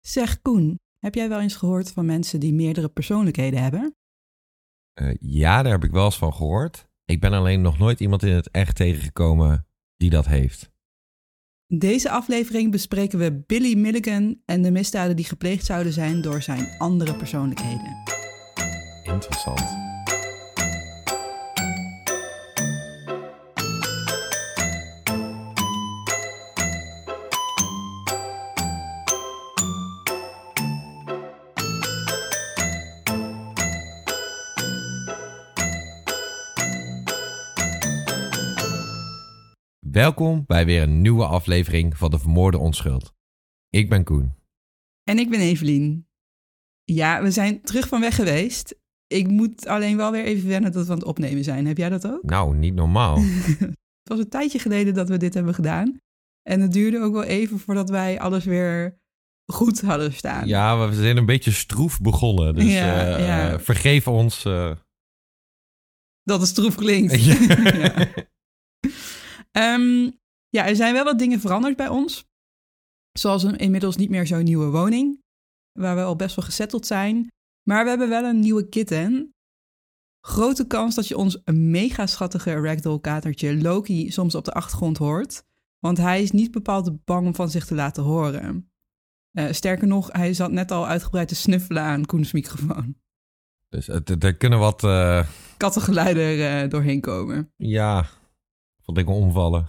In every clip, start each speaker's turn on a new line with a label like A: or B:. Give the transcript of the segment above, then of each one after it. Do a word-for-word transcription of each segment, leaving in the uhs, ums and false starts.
A: Zeg Koen, heb jij wel eens gehoord van mensen die meerdere persoonlijkheden hebben?
B: Uh, ja, daar heb ik wel eens van gehoord. Ik ben alleen nog nooit iemand in het echt tegengekomen die dat heeft.
A: Deze aflevering bespreken we Billy Milligan en de misdaden die gepleegd zouden zijn door zijn andere persoonlijkheden.
B: Interessant. Welkom bij weer een nieuwe aflevering van De Vermoorde Onschuld. Ik ben Koen.
A: En ik ben Evelien. Ja, we zijn terug van weg geweest. Ik moet alleen wel weer even wennen dat we aan het opnemen zijn. Heb jij dat ook?
B: Nou, niet normaal.
A: Het was een tijdje geleden dat we dit hebben gedaan. En het duurde ook wel even voordat wij alles weer goed hadden staan.
B: Ja, we zijn een beetje stroef begonnen. Dus
A: ja,
B: uh,
A: ja.
B: vergeef ons. Uh...
A: Dat het stroef klinkt.
B: ja.
A: ja. Um, ja, er zijn wel wat dingen veranderd bij ons. Zoals een inmiddels niet meer zo'n nieuwe woning, waar we al best wel gesetteld zijn. Maar we hebben wel een nieuwe kitten. Grote kans dat je ons een mega schattige ragdoll katertje Loki soms op de achtergrond hoort. Want hij is niet bepaald bang om van zich te laten horen. Uh, sterker nog, hij zat net al uitgebreid te snuffelen aan Koens microfoon.
B: Dus er kunnen wat... Uh...
A: kattengeluiden er uh, doorheen komen.
B: Ja... Van dingen omvallen.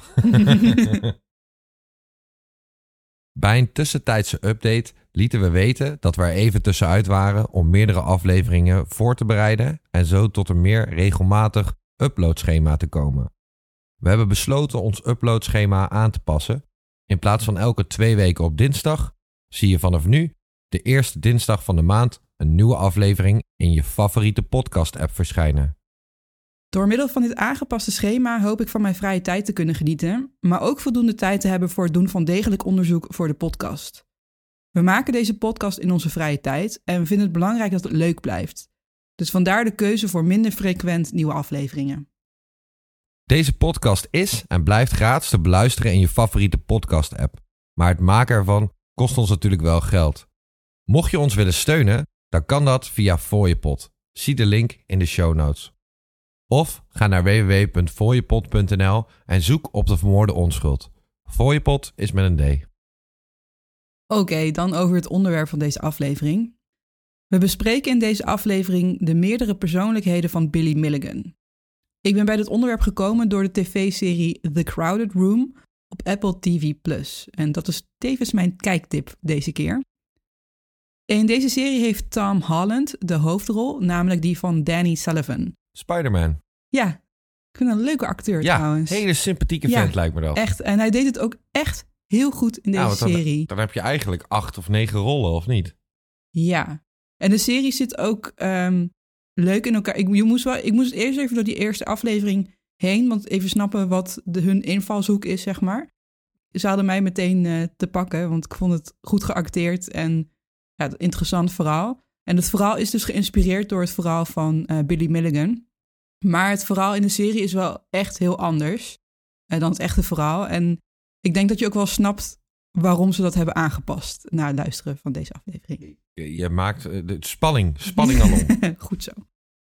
B: Bij een tussentijdse update lieten we weten dat we er even tussenuit waren om meerdere afleveringen voor te bereiden en zo tot een meer regelmatig uploadschema te komen. We hebben besloten ons uploadschema aan te passen. In plaats van elke twee weken op dinsdag zie je vanaf nu de eerste dinsdag van de maand een nieuwe aflevering in je favoriete podcast-app verschijnen.
A: Door middel van dit aangepaste schema hoop ik van mijn vrije tijd te kunnen genieten, maar ook voldoende tijd te hebben voor het doen van degelijk onderzoek voor de podcast. We maken deze podcast in onze vrije tijd en we vinden het belangrijk dat het leuk blijft. Dus vandaar de keuze voor minder frequent nieuwe afleveringen.
B: Deze podcast is en blijft gratis te beluisteren in je favoriete podcast-app. Maar het maken ervan kost ons natuurlijk wel geld. Mocht je ons willen steunen, dan kan dat via Fooiepot. Zie de link in de show notes. Of ga naar w w w punt fooiepot punt n l en zoek op De Vermoorde Onschuld. Fooiepot is met een D.
A: Oké, okay, dan over het onderwerp van deze aflevering. We bespreken in deze aflevering de meerdere persoonlijkheden van Billy Milligan. Ik ben bij dit onderwerp gekomen door de tv-serie The Crowded Room op Apple T V plus. En dat is tevens mijn kijktip deze keer. In deze serie heeft Tom Holland de hoofdrol, namelijk die van Danny Sullivan.
B: Spider-Man.
A: Ja, ik vind een leuke acteur
B: ja,
A: trouwens.
B: Ja, hele sympathieke vent ja, lijkt me dat.
A: Echt, en hij deed het ook echt heel goed in deze nou,
B: dan,
A: serie.
B: Dan heb je eigenlijk acht of negen rollen, of niet?
A: Ja, en de serie zit ook um, leuk in elkaar. Ik, je moest wel, ik moest eerst even door die eerste aflevering heen, want even snappen wat de, hun invalshoek is, zeg maar. Ze hadden mij meteen uh, te pakken, want ik vond het goed geacteerd en ja, een interessant verhaal. En het verhaal is dus geïnspireerd door het verhaal van uh, Billy Milligan. Maar het verhaal in de serie is wel echt heel anders uh, dan het echte verhaal. En ik denk dat je ook wel snapt waarom ze dat hebben aangepast na het luisteren van deze aflevering.
B: Je, je maakt uh, de spanning, spanning al om.
A: Goed zo.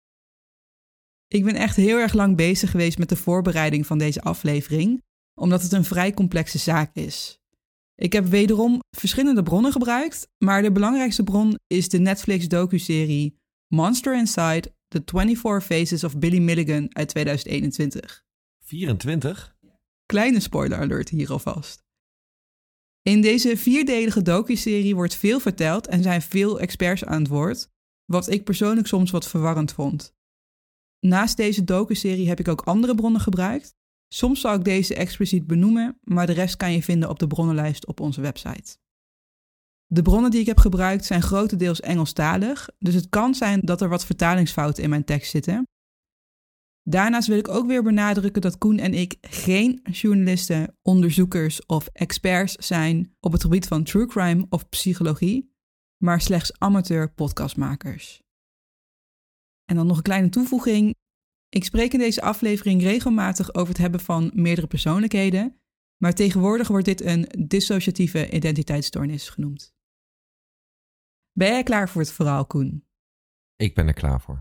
A: Ik ben echt heel erg lang bezig geweest met de voorbereiding van deze aflevering, omdat het een vrij complexe zaak is. Ik heb wederom verschillende bronnen gebruikt, maar de belangrijkste bron is de Netflix docuserie Monster Inside: The twenty-four Faces of Billy Milligan uit tweeduizend eenentwintig.
B: vierentwintig?
A: Kleine spoiler alert hier alvast. In deze vierdelige docuserie wordt veel verteld en zijn veel experts aan het woord, wat ik persoonlijk soms wat verwarrend vond. Naast deze docuserie heb ik ook andere bronnen gebruikt. Soms zal ik deze expliciet benoemen, maar de rest kan je vinden op de bronnenlijst op onze website. De bronnen die ik heb gebruikt zijn grotendeels Engelstalig, dus het kan zijn dat er wat vertalingsfouten in mijn tekst zitten. Daarnaast wil ik ook weer benadrukken dat Koen en ik geen journalisten, onderzoekers of experts zijn op het gebied van true crime of psychologie, maar slechts amateur podcastmakers. En dan nog een kleine toevoeging. Ik spreek in deze aflevering regelmatig over het hebben van meerdere persoonlijkheden, maar tegenwoordig wordt dit een dissociatieve identiteitsstoornis genoemd. Ben jij klaar voor het verhaal, Koen?
B: Ik ben er klaar voor.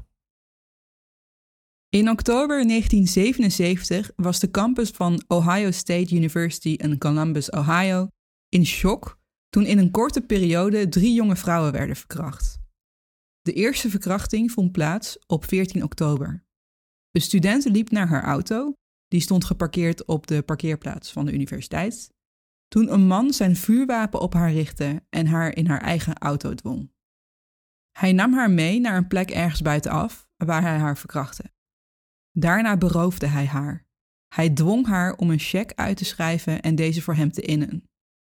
A: In oktober negentien zevenenzeventig was de campus van Ohio State University in Columbus, Ohio, in shock toen in een korte periode drie jonge vrouwen werden verkracht. De eerste verkrachting vond plaats op veertien oktober. Een student liep naar haar auto, die stond geparkeerd op de parkeerplaats van de universiteit, toen een man zijn vuurwapen op haar richtte en haar in haar eigen auto dwong. Hij nam haar mee naar een plek ergens buitenaf, waar hij haar verkrachtte. Daarna beroofde hij haar. Hij dwong haar om een cheque uit te schrijven en deze voor hem te innen.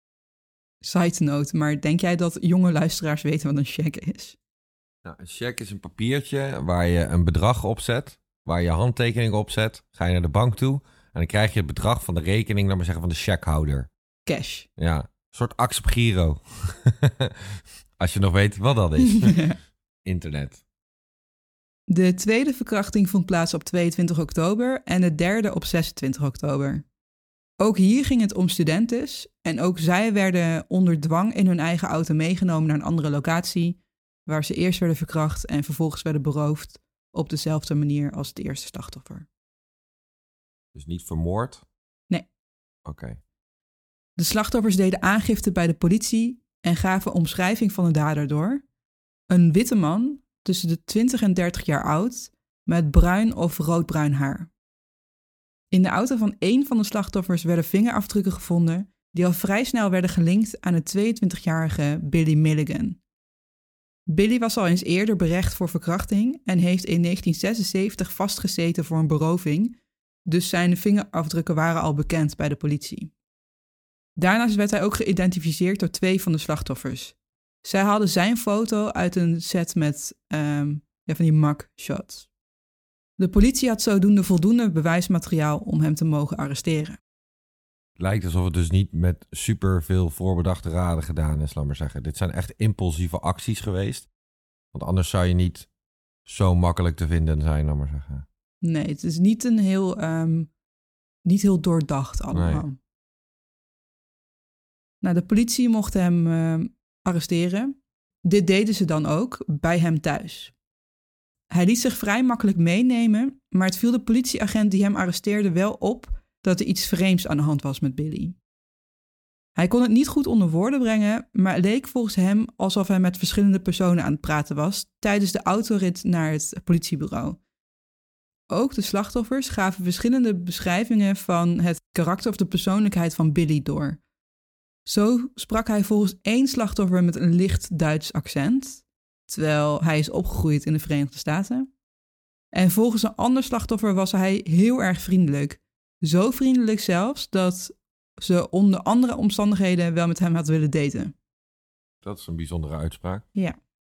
A: Side note, maar denk jij dat jonge luisteraars weten wat een cheque is?
B: Nou, een cheque is een papiertje waar je een bedrag op zet, waar je handtekening op zet. Ga je naar de bank toe en dan krijg je het bedrag van de rekening, laat maar zeggen, van de checkhouder.
A: Cash.
B: Ja, een soort actie op giro. Als je nog weet wat dat is. Internet.
A: De tweede verkrachting vond plaats op tweeëntwintig oktober en de derde op zesentwintig oktober. Ook hier ging het om studentes en ook zij werden onder dwang in hun eigen auto meegenomen naar een andere locatie, waar ze eerst werden verkracht en vervolgens werden beroofd op dezelfde manier als het eerste slachtoffer.
B: Dus niet vermoord?
A: Nee.
B: Oké. Okay.
A: De slachtoffers deden aangifte bij de politie en gaven omschrijving van de dader door. Een witte man, tussen de twintig en dertig jaar oud, met bruin of roodbruin haar. In de auto van één van de slachtoffers werden vingerafdrukken gevonden die al vrij snel werden gelinkt aan de tweeëntwintigjarige Billy Milligan. Billy was al eens eerder berecht voor verkrachting en heeft in negentien zesenzeventig vastgezeten voor een beroving, dus zijn vingerafdrukken waren al bekend bij de politie. Daarnaast werd hij ook geïdentificeerd door twee van de slachtoffers. Zij hadden zijn foto uit een set met um, ja, van die mugshots. De politie had zodoende voldoende bewijsmateriaal om hem te mogen arresteren.
B: Het lijkt alsof het dus niet met super veel voorbedachte raden gedaan is, laat maar zeggen. Dit zijn echt impulsieve acties geweest. Want anders zou je niet zo makkelijk te vinden zijn, laat maar zeggen.
A: Nee, het is niet een heel, um, niet heel doordacht allemaal. Nee. Nou, de politie mocht hem uh, arresteren. Dit deden ze dan ook bij hem thuis. Hij liet zich vrij makkelijk meenemen, maar het viel de politieagent die hem arresteerde wel op dat er iets vreemds aan de hand was met Billy. Hij kon het niet goed onder woorden brengen, maar het leek volgens hem alsof hij met verschillende personen aan het praten was tijdens de autorit naar het politiebureau. Ook de slachtoffers gaven verschillende beschrijvingen van het karakter of de persoonlijkheid van Billy door. Zo sprak hij volgens één slachtoffer met een licht Duits accent, terwijl hij is opgegroeid in de Verenigde Staten. En volgens een ander slachtoffer was hij heel erg vriendelijk. Zo vriendelijk zelfs dat ze onder andere omstandigheden wel met hem had willen daten.
B: Dat is een bijzondere uitspraak.
A: Ja.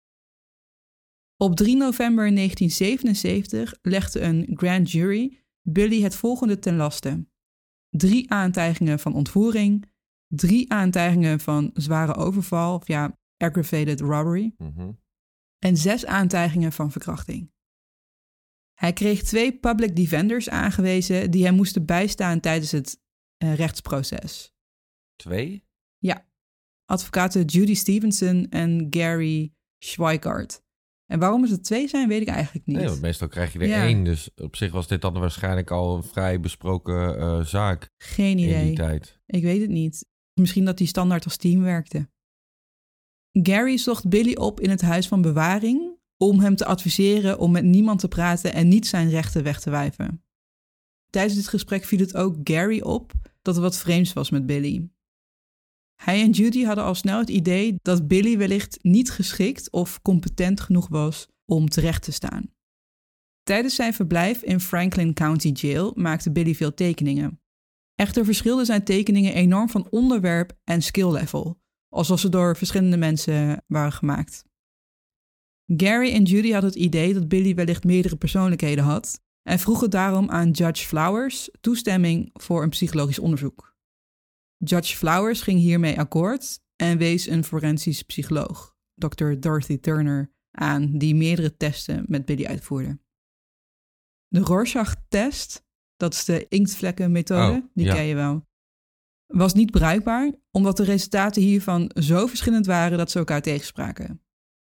A: Op drie november negentien zevenenzeventig legde een grand jury Billy het volgende ten laste. Drie aantijgingen van ontvoering, drie aantijgingen van zware overval, of ja, aggravated robbery,
B: Mm-hmm.
A: en zes aantijgingen van verkrachting. Hij kreeg twee public defenders aangewezen die hem moesten bijstaan tijdens het uh, rechtsproces.
B: Twee?
A: Ja, advocaten Judy Stevenson en Gary Schweikart. En waarom het er twee zijn, weet ik eigenlijk niet.
B: Nee, want meestal krijg je er
A: ja.
B: één. Dus op zich was dit dan waarschijnlijk al een vrij besproken uh, zaak.
A: Geen idee.
B: In die tijd.
A: Ik weet het niet. Misschien dat hij standaard als team werkte. Gary zocht Billy op in het huis van bewaring om hem te adviseren om met niemand te praten en niet zijn rechten weg te wijven. Tijdens dit gesprek viel het ook Gary op dat er wat vreemds was met Billy. Hij en Judy hadden al snel het idee dat Billy wellicht niet geschikt of competent genoeg was om terecht te staan. Tijdens zijn verblijf in Franklin County Jail maakte Billy veel tekeningen. Echter verschilden zijn tekeningen enorm van onderwerp en skill level, alsof ze door verschillende mensen waren gemaakt. Gary en Judy hadden het idee dat Billy wellicht meerdere persoonlijkheden had en vroegen daarom aan Judge Flowers toestemming voor een psychologisch onderzoek. Judge Flowers ging hiermee akkoord en wees een forensisch psycholoog, dokter Dorothy Turner, aan die meerdere testen met Billy uitvoerde. De Rorschach-test, dat is de inktvlekkenmethode,
B: oh,
A: die
B: ja.
A: ken je wel, was niet bruikbaar omdat de resultaten hiervan zo verschillend waren dat ze elkaar tegenspraken.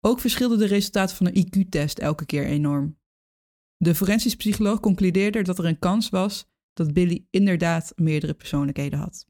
A: Ook verschilden de resultaten van een I Q-test elke keer enorm. De forensisch psycholoog concludeerde dat er een kans was dat Billy inderdaad meerdere persoonlijkheden had.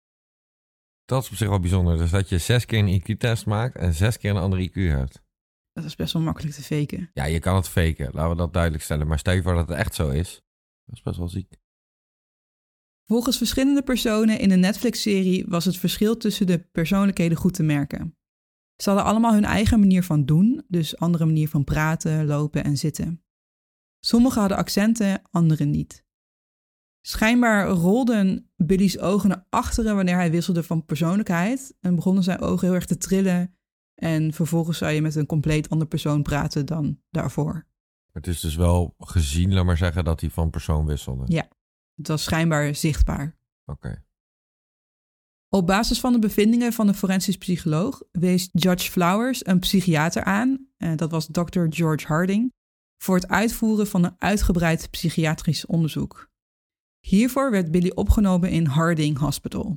B: Dat is op zich wel bijzonder. Dus dat je zes keer een I Q-test maakt en zes keer een andere I Q hebt.
A: Dat is best wel makkelijk te faken.
B: Ja, je kan het faken. Laten we dat duidelijk stellen. Maar stel je voor dat het echt zo is. Dat is best wel ziek.
A: Volgens verschillende personen in de Netflix-serie was het verschil tussen de persoonlijkheden goed te merken. Ze hadden allemaal hun eigen manier van doen, dus andere manier van praten, lopen en zitten. Sommigen hadden accenten, anderen niet. Schijnbaar rolden Billy's ogen naar achteren wanneer hij wisselde van persoonlijkheid en begonnen zijn ogen heel erg te trillen en vervolgens zou je met een compleet andere persoon praten dan daarvoor.
B: Het is dus wel gezien, laat maar zeggen, dat hij van persoon wisselde.
A: Ja, het was schijnbaar zichtbaar.
B: Oké. Okay.
A: Op basis van de bevindingen van de forensisch psycholoog wees Judge Flowers een psychiater aan, en dat was dokter George Harding, voor het uitvoeren van een uitgebreid psychiatrisch onderzoek. Hiervoor werd Billy opgenomen in Harding Hospital.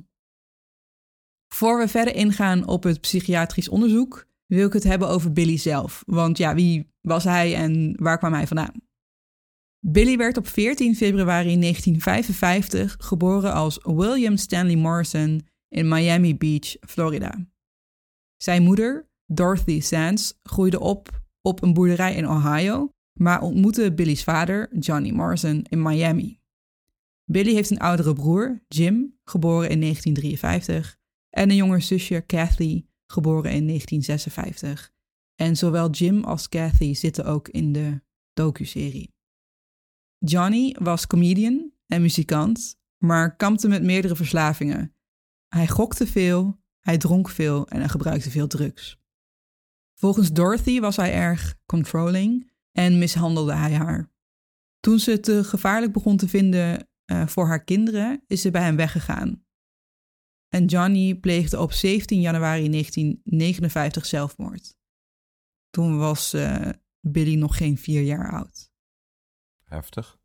A: Voor we verder ingaan op het psychiatrisch onderzoek, wil ik het hebben over Billy zelf. Want ja, wie was hij en waar kwam hij vandaan? Billy werd op veertien februari negentien vijfenvijftig geboren als William Stanley Morrison in Miami Beach, Florida. Zijn moeder, Dorothy Sands, groeide op op een boerderij in Ohio, maar ontmoette Billy's vader, Johnny Morrison, in Miami. Billy heeft een oudere broer, Jim, geboren in negentien drieënvijftig, en een jonger zusje, Kathy, geboren in negentien zesenvijftig. En zowel Jim als Kathy zitten ook in de docuserie. Johnny was comedian en muzikant, maar kampte met meerdere verslavingen. Hij gokte veel, hij dronk veel en hij gebruikte veel drugs. Volgens Dorothy was hij erg controlling en mishandelde hij haar. Toen ze het te gevaarlijk begon te vinden uh, voor haar kinderen, is ze bij hem weggegaan. En Johnny pleegde op zeventien januari negentien negenenvijftig zelfmoord. Toen was uh, Billy nog geen vier jaar oud.
B: Heftig.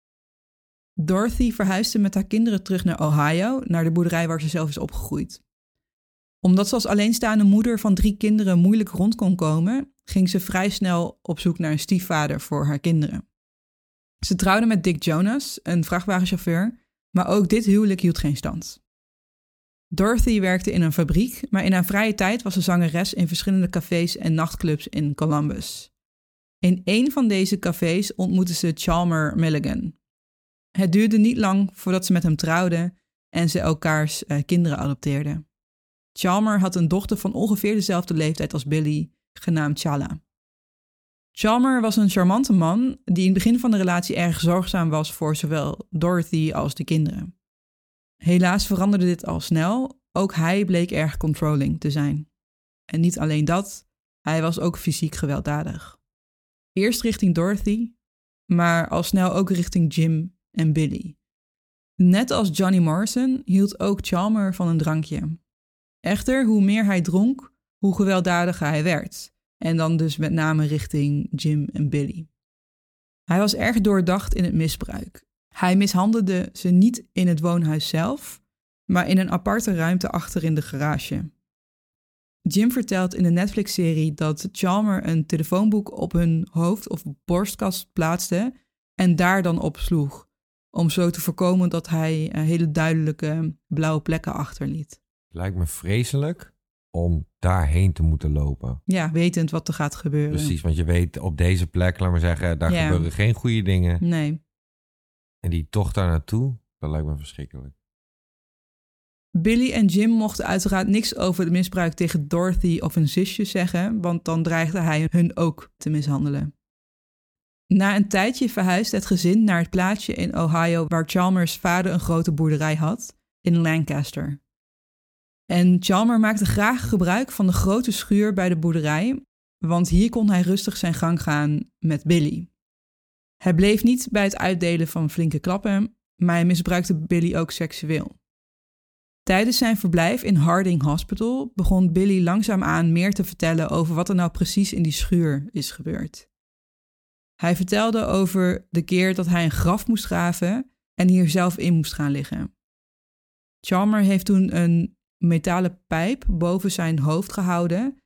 A: Dorothy verhuisde met haar kinderen terug naar Ohio, naar de boerderij waar ze zelf is opgegroeid. Omdat ze als alleenstaande moeder van drie kinderen moeilijk rond kon komen, ging ze vrij snel op zoek naar een stiefvader voor haar kinderen. Ze trouwde met Dick Jonas, een vrachtwagenchauffeur, maar ook dit huwelijk hield geen stand. Dorothy werkte in een fabriek, maar in haar vrije tijd was ze zangeres in verschillende cafés en nachtclubs in Columbus. In een van deze cafés ontmoette ze Chalmer Milligan. Het duurde niet lang voordat ze met hem trouwden en ze elkaars uh, kinderen adopteerden. Chalmer had een dochter van ongeveer dezelfde leeftijd als Billy, genaamd Chala. Chalmer was een charmante man die in het begin van de relatie erg zorgzaam was voor zowel Dorothy als de kinderen. Helaas veranderde dit al snel, ook hij bleek erg controlling te zijn. En niet alleen dat, hij was ook fysiek gewelddadig. Eerst richting Dorothy, maar al snel ook richting Jim en Billy. Net als Johnny Morrison hield ook Chalmer van een drankje. Echter, hoe meer hij dronk, hoe gewelddadiger hij werd. En dan dus met name richting Jim en Billy. Hij was erg doordacht in het misbruik. Hij mishandelde ze niet in het woonhuis zelf, maar in een aparte ruimte achter in de garage. Jim vertelt in de Netflix-serie dat Chalmer een telefoonboek op hun hoofd of borstkast plaatste en daar dan op sloeg, om zo te voorkomen dat hij hele duidelijke blauwe plekken achterliet.
B: Lijkt me vreselijk om daarheen te moeten lopen.
A: Ja, wetend wat er gaat gebeuren.
B: Precies, want je weet op deze plek, laat maar zeggen, daar ja. gebeuren geen goede dingen.
A: Nee.
B: En die tocht daar naartoe, dat lijkt me verschrikkelijk.
A: Billy en Jim mochten uiteraard niks over het misbruik tegen Dorothy of een zusje zeggen, want dan dreigde hij hun ook te mishandelen. Na een tijdje verhuisde het gezin naar het plaatsje in Ohio waar Chalmers vader een grote boerderij had, in Lancaster. En Chalmer maakte graag gebruik van de grote schuur bij de boerderij, want hier kon hij rustig zijn gang gaan met Billy. Hij bleef niet bij het uitdelen van flinke klappen, maar hij misbruikte Billy ook seksueel. Tijdens zijn verblijf in Harding Hospital begon Billy langzaamaan meer te vertellen over wat er nou precies in die schuur is gebeurd. Hij vertelde over de keer dat hij een graf moest graven en hier zelf in moest gaan liggen. Chalmer heeft toen een metalen pijp boven zijn hoofd gehouden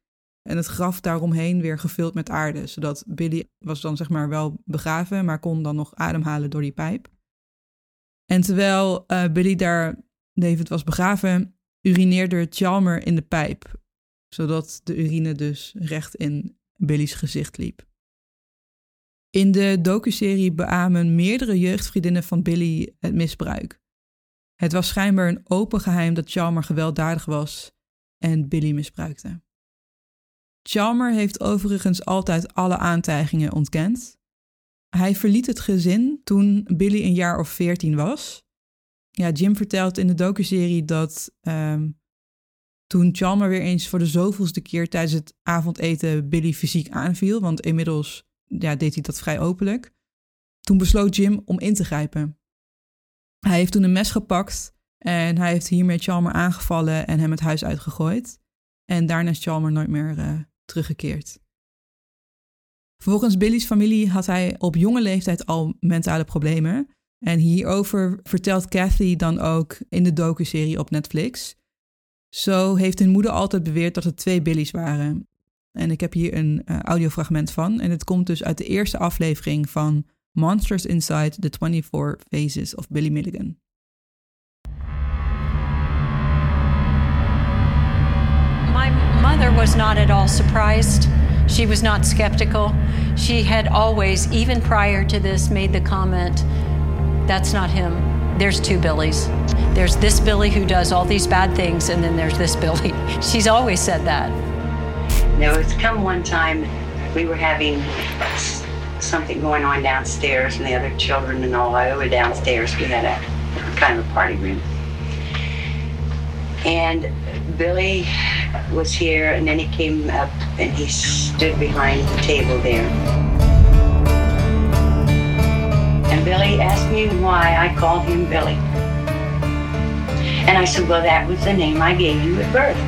A: en het graf daaromheen weer gevuld met aarde. Zodat Billy was dan zeg maar wel begraven, maar kon dan nog ademhalen door die pijp. En terwijl uh, Billy daar levend was begraven, urineerde Chalmer in de pijp. Zodat de urine dus recht in Billy's gezicht liep. In de docuserie beamen meerdere jeugdvriendinnen van Billy het misbruik. Het was schijnbaar een open geheim dat Chalmer gewelddadig was en Billy misbruikte. Chalmer heeft overigens altijd alle aantijgingen ontkend. Hij verliet het gezin toen Billy een jaar of veertien was. Ja, Jim vertelt in de docuserie dat um, toen Chalmer weer eens voor de zoveelste keer tijdens het avondeten Billy fysiek aanviel, want inmiddels ja, deed hij dat vrij openlijk, toen besloot Jim om in te grijpen. Hij heeft toen een mes gepakt en hij heeft hiermee Chalmer aangevallen en hem het huis uitgegooid. En daarna is Chalmer nooit meer uh, teruggekeerd. Volgens Billy's familie had hij op jonge leeftijd al mentale problemen. En hierover vertelt Kathy dan ook in de docuserie op Netflix. Zo heeft hun moeder altijd beweerd dat het twee Billy's waren. En ik heb hier een uh, audiofragment van. En het komt dus uit de eerste aflevering van Monsters Inside the twenty-four Phases of Billy Milligan.
C: My mother was not at all surprised. She was not skeptical. She had always, even prior to this, made the comment, that's not him. There's two Billies. There's this Billy who does all these bad things, and then there's this Billy. She's always said that.
D: There was come one time we were having something going on downstairs, and the other children and all, I were downstairs. We had a kind of a party room. And Billy was here, and then he came up and he stood behind the table there. And Billy asked me why I called him Billy. And I said, well, that was the name I gave you at birth.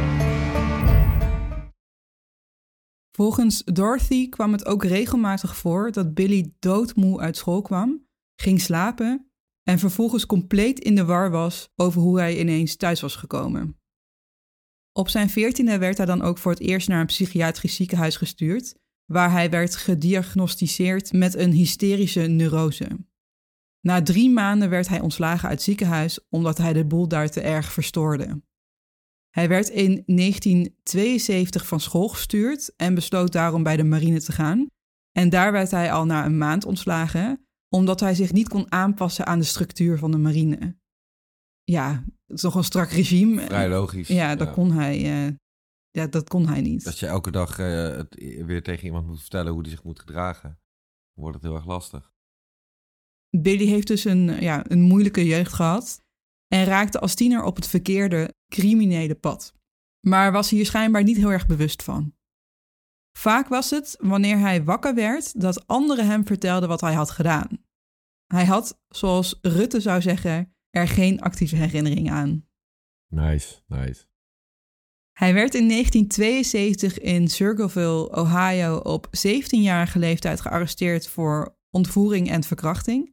A: Volgens Dorothy kwam het ook regelmatig voor dat Billy doodmoe uit school kwam, ging slapen en vervolgens compleet in de war was over hoe hij ineens thuis was gekomen. Op zijn veertiende werd hij dan ook voor het eerst naar een psychiatrisch ziekenhuis gestuurd, waar hij werd gediagnosticeerd met een hysterische neurose. Na drie maanden werd hij ontslagen uit het ziekenhuis omdat hij de boel daar te erg verstoorde. Hij werd in negentien tweeënzeventig van school gestuurd en besloot daarom bij de marine te gaan. En daar werd hij al na een maand ontslagen, omdat hij zich niet kon aanpassen aan de structuur van de marine. Ja, het is toch een strak regime.
B: Vrij logisch.
A: Ja, dat, ja. Kon, hij, uh, ja, dat kon hij niet.
B: Als je elke dag uh, het weer tegen iemand moet vertellen hoe hij zich moet gedragen, wordt het heel erg lastig.
A: Billy heeft dus een, ja, een moeilijke jeugd gehad en raakte als tiener op het verkeerde criminele pad. Maar was hier schijnbaar niet heel erg bewust van. Vaak was het, wanneer hij wakker werd, dat anderen hem vertelden wat hij had gedaan. Hij had, zoals Rutte zou zeggen, er geen actieve herinnering aan.
B: Nice, nice.
A: Hij werd in negentien tweeënzeventig in Circleville, Ohio, op zeventienjarige leeftijd gearresteerd voor ontvoering en verkrachting.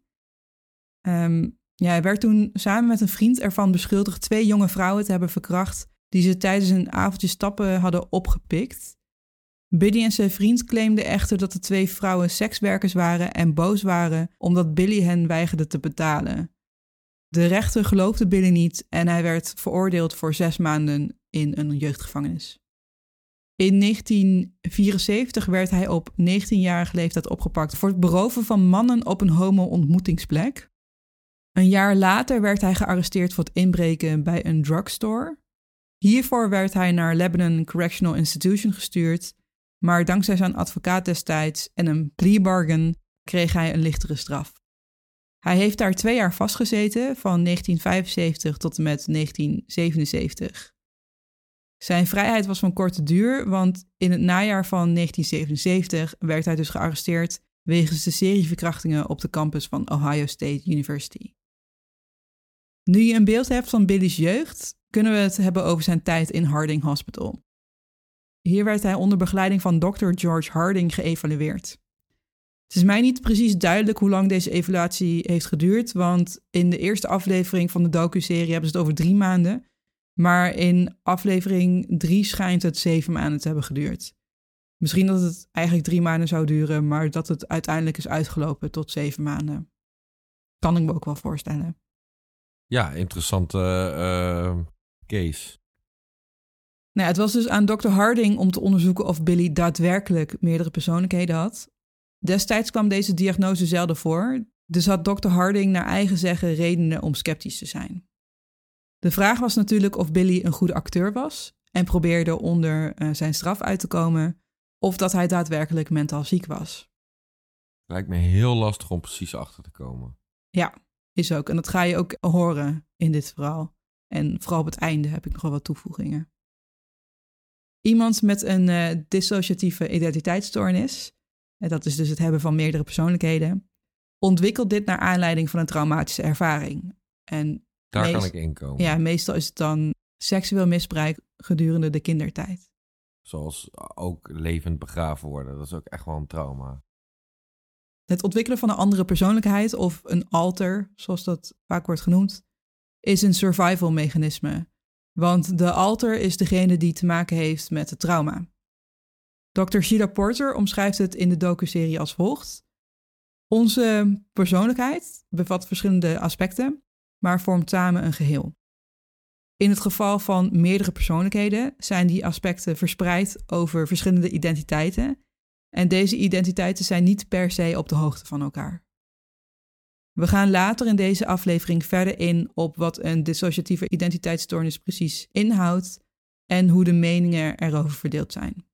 A: Um, ja, hij werd toen samen met een vriend ervan beschuldigd twee jonge vrouwen te hebben verkracht die ze tijdens een avondje stappen hadden opgepikt. Billy en zijn vriend claimden echter dat de twee vrouwen sekswerkers waren en boos waren omdat Billy hen weigerde te betalen. De rechter geloofde Billy niet en hij werd veroordeeld voor zes maanden in een jeugdgevangenis. In negentien vierenzeventig werd hij op negentienjarige leeftijd opgepakt voor het beroven van mannen op een homo-ontmoetingsplek. Een jaar later werd hij gearresteerd voor het inbreken bij een drugstore. Hiervoor werd hij naar Lebanon Correctional Institution gestuurd, maar dankzij zijn advocaat destijds en een plea bargain kreeg hij een lichtere straf. Hij heeft daar twee jaar vastgezeten, van negentien vijfenzeventig tot en met negentien zevenenzeventig. Zijn vrijheid was van korte duur, want in het najaar van negentien zevenenzeventig werd hij dus gearresteerd wegens de serie verkrachtingen op de campus van Ohio State University. Nu je een beeld hebt van Billy's jeugd, kunnen we het hebben over zijn tijd in Harding Hospital. Hier werd hij onder begeleiding van dokter George Harding geëvalueerd. Het is mij niet precies duidelijk hoe lang deze evaluatie heeft geduurd, want in de eerste aflevering van de docuserie hebben ze het over drie maanden, maar in aflevering drie schijnt het zeven maanden te hebben geduurd. Misschien dat het eigenlijk drie maanden zou duren, maar dat het uiteindelijk is uitgelopen tot zeven maanden. Kan ik me ook wel voorstellen.
B: Ja, interessante uh, case.
A: Nou, het was dus aan dokter Harding om te onderzoeken of Billy daadwerkelijk meerdere persoonlijkheden had. Destijds kwam deze diagnose zelden voor, dus had dokter Harding naar eigen zeggen redenen om sceptisch te zijn. De vraag was natuurlijk of Billy een goede acteur was en probeerde onder uh, zijn straf uit te komen, of dat hij daadwerkelijk mentaal ziek was.
B: Lijkt me heel lastig om precies achter te komen.
A: Ja, is ook. En dat ga je ook horen in dit verhaal. En vooral op het einde heb ik nog wel wat toevoegingen. Iemand met een uh, dissociatieve identiteitsstoornis, en dat is dus het hebben van meerdere persoonlijkheden, ontwikkelt dit naar aanleiding van een traumatische ervaring. En
B: Daar
A: meest,
B: kan ik in komen.
A: Ja, meestal is het dan seksueel misbruik gedurende de kindertijd.
B: Zoals ook levend begraven worden. Dat is ook echt wel een trauma.
A: Het ontwikkelen van een andere persoonlijkheid of een alter, zoals dat vaak wordt genoemd, is een survival mechanisme. Want de alter is degene die te maken heeft met het trauma. dokter Sheila Porter omschrijft het in de docuserie als volgt. Onze persoonlijkheid bevat verschillende aspecten, maar vormt samen een geheel. In het geval van meerdere persoonlijkheden zijn die aspecten verspreid over verschillende identiteiten en deze identiteiten zijn niet per se op de hoogte van elkaar. We gaan later in deze aflevering verder in op wat een dissociatieve identiteitsstoornis precies inhoudt en hoe de meningen erover verdeeld zijn.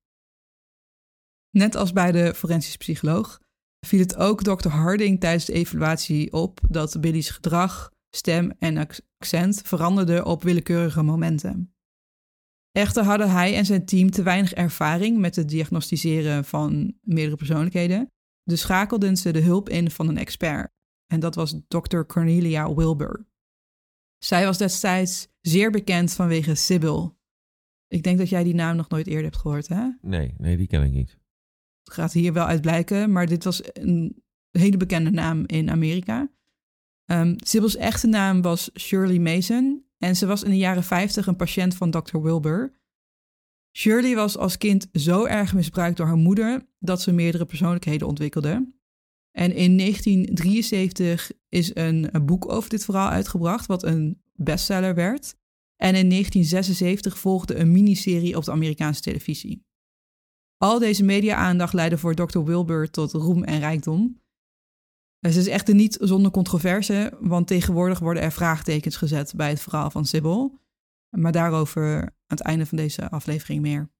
A: Net als bij de forensisch psycholoog viel het ook dokter Harding tijdens de evaluatie op dat Billy's gedrag, stem en accent veranderden op willekeurige momenten. Echter hadden hij en zijn team te weinig ervaring met het diagnosticeren van meerdere persoonlijkheden, dus schakelden ze de hulp in van een expert. En dat was dokter Cornelia Wilbur. Zij was destijds zeer bekend vanwege Sybil. Ik denk dat jij die naam nog nooit eerder hebt gehoord, hè?
B: Nee, nee, die ken ik niet.
A: Het gaat hier wel uit blijken, maar dit was een hele bekende naam in Amerika. Um, Sybil's echte naam was Shirley Mason en ze was in de jaren vijftig een patiënt van dokter Wilbur. Shirley was als kind zo erg misbruikt door haar moeder dat ze meerdere persoonlijkheden ontwikkelde. En in negentien drieënzeventig is een, een boek over dit verhaal uitgebracht, wat een bestseller werd. En in negentien zesenzeventig volgde een miniserie op de Amerikaanse televisie. Al deze media-aandacht leidde voor dokter Wilbur tot roem en rijkdom. Ze is echter niet zonder controverse, want tegenwoordig worden er vraagtekens gezet bij het verhaal van Sybil. Maar daarover aan het einde van deze aflevering meer.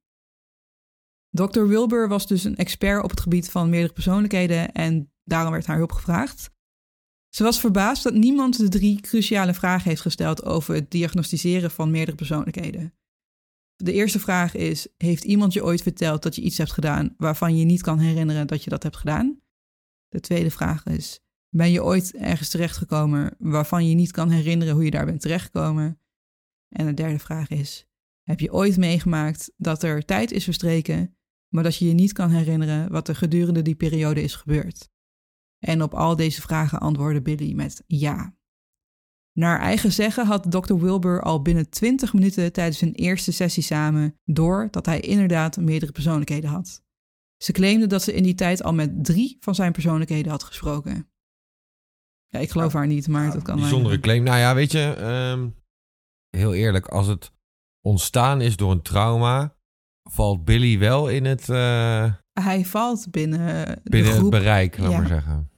A: dokter Wilbur was dus een expert op het gebied van meerdere persoonlijkheden en daarom werd haar hulp gevraagd. Ze was verbaasd dat niemand de drie cruciale vragen heeft gesteld over het diagnosticeren van meerdere persoonlijkheden. De eerste vraag is, heeft iemand je ooit verteld dat je iets hebt gedaan waarvan je niet kan herinneren dat je dat hebt gedaan? De tweede vraag is, ben je ooit ergens terechtgekomen waarvan je niet kan herinneren hoe je daar bent terechtgekomen? En de derde vraag is, heb je ooit meegemaakt dat er tijd is verstreken, maar dat je je niet kan herinneren wat er gedurende die periode is gebeurd? En op al deze vragen antwoordde Billy met ja. Naar eigen zeggen had dokter Wilbur al binnen twintig minuten tijdens hun eerste sessie samen door dat hij inderdaad meerdere persoonlijkheden had. Ze claimde dat ze in die tijd al met drie van zijn persoonlijkheden had gesproken. Ja, ik geloof ja, haar niet, maar ja, dat kan wel.
B: Bijzondere claim. Nou ja, weet je, um, heel eerlijk, als het ontstaan is door een trauma, valt Billy wel in het... Uh,
A: hij valt binnen de
B: binnen
A: groep.
B: Het bereik, laat
A: ja.
B: maar zeggen.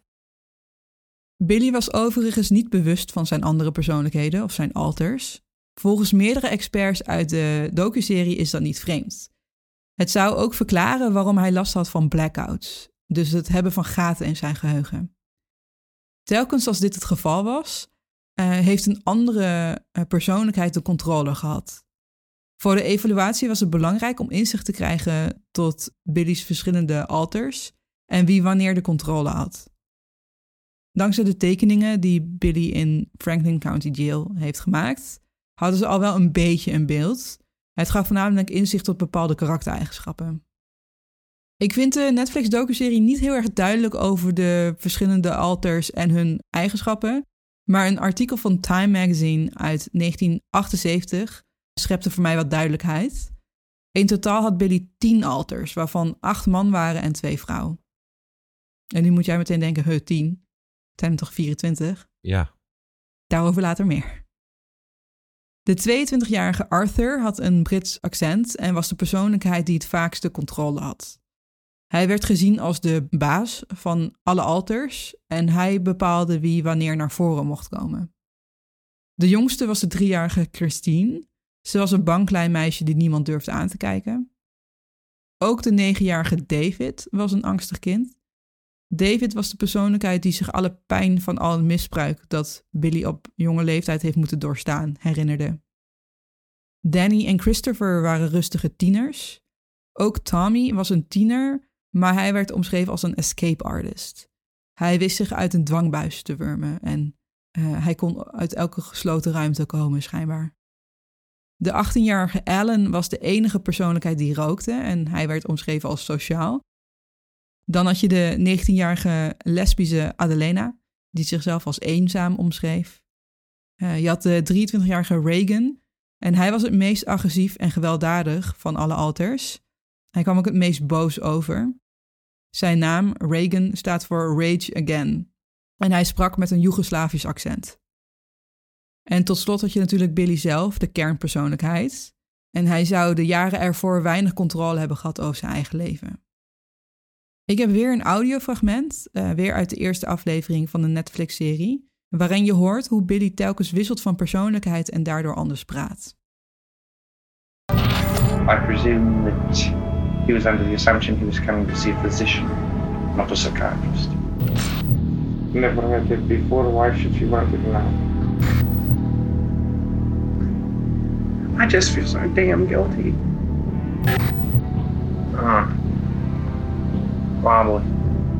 A: Billy was overigens niet bewust van zijn andere persoonlijkheden of zijn alters. Volgens meerdere experts uit de docuserie is dat niet vreemd. Het zou ook verklaren waarom hij last had van blackouts, dus het hebben van gaten in zijn geheugen. Telkens als dit het geval was, uh, heeft een andere uh, persoonlijkheid de controle gehad. Voor de evaluatie was het belangrijk om inzicht te krijgen tot Billy's verschillende alters en wie wanneer de controle had. Dankzij de tekeningen die Billy in Franklin County Jail heeft gemaakt, hadden ze al wel een beetje een beeld. Het gaf voornamelijk inzicht tot bepaalde karaktereigenschappen. Ik vind de Netflix-docuserie niet heel erg duidelijk over de verschillende alters en hun eigenschappen, maar een artikel van Time Magazine uit negentien achtenzeventig schepte voor mij wat duidelijkheid. In totaal had Billy tien alters, waarvan acht man waren en twee vrouwen. En nu moet jij meteen denken, he, tien. Het zijn er toch vierentwintig?
B: Ja.
A: Daarover later meer. De tweeëntwintigjarige Arthur had een Brits accent en was de persoonlijkheid die het vaakste controle had. Hij werd gezien als de baas van alle alters en hij bepaalde wie wanneer naar voren mocht komen. De jongste was de driejarige Christine. Ze was een bang klein meisje die niemand durfde aan te kijken. Ook de negenjarige David was een angstig kind. David was de persoonlijkheid die zich alle pijn van al het misbruik dat Billy op jonge leeftijd heeft moeten doorstaan herinnerde. Danny en Christopher waren rustige tieners. Ook Tommy was een tiener, maar hij werd omschreven als een escape artist. Hij wist zich uit een dwangbuis te wurmen en uh, hij kon uit elke gesloten ruimte komen schijnbaar. De achttienjarige Alan was de enige persoonlijkheid die rookte en hij werd omschreven als sociaal. Dan had je de negentienjarige lesbische Adelena, die zichzelf als eenzaam omschreef. Uh, je had de drieëntwintigjarige Reagan en hij was het meest agressief en gewelddadig van alle alters. Hij kwam ook het meest boos over. Zijn naam, Reagan, staat voor Rage Again. En hij sprak met een Joegoslavisch accent. En tot slot had je natuurlijk Billy zelf, de kernpersoonlijkheid. En hij zou de jaren ervoor weinig controle hebben gehad over zijn eigen leven. Ik heb weer een audiofragment, uh, weer uit de eerste aflevering van de Netflix-serie, waarin je hoort hoe Billy telkens wisselt van persoonlijkheid en daardoor anders praat.
E: I presume that he was under the assumption he was coming to see a physician, not a psychiatrist.
F: Never had it before, why should she want it now?
E: I just feel so damn guilty. Ah. Probably.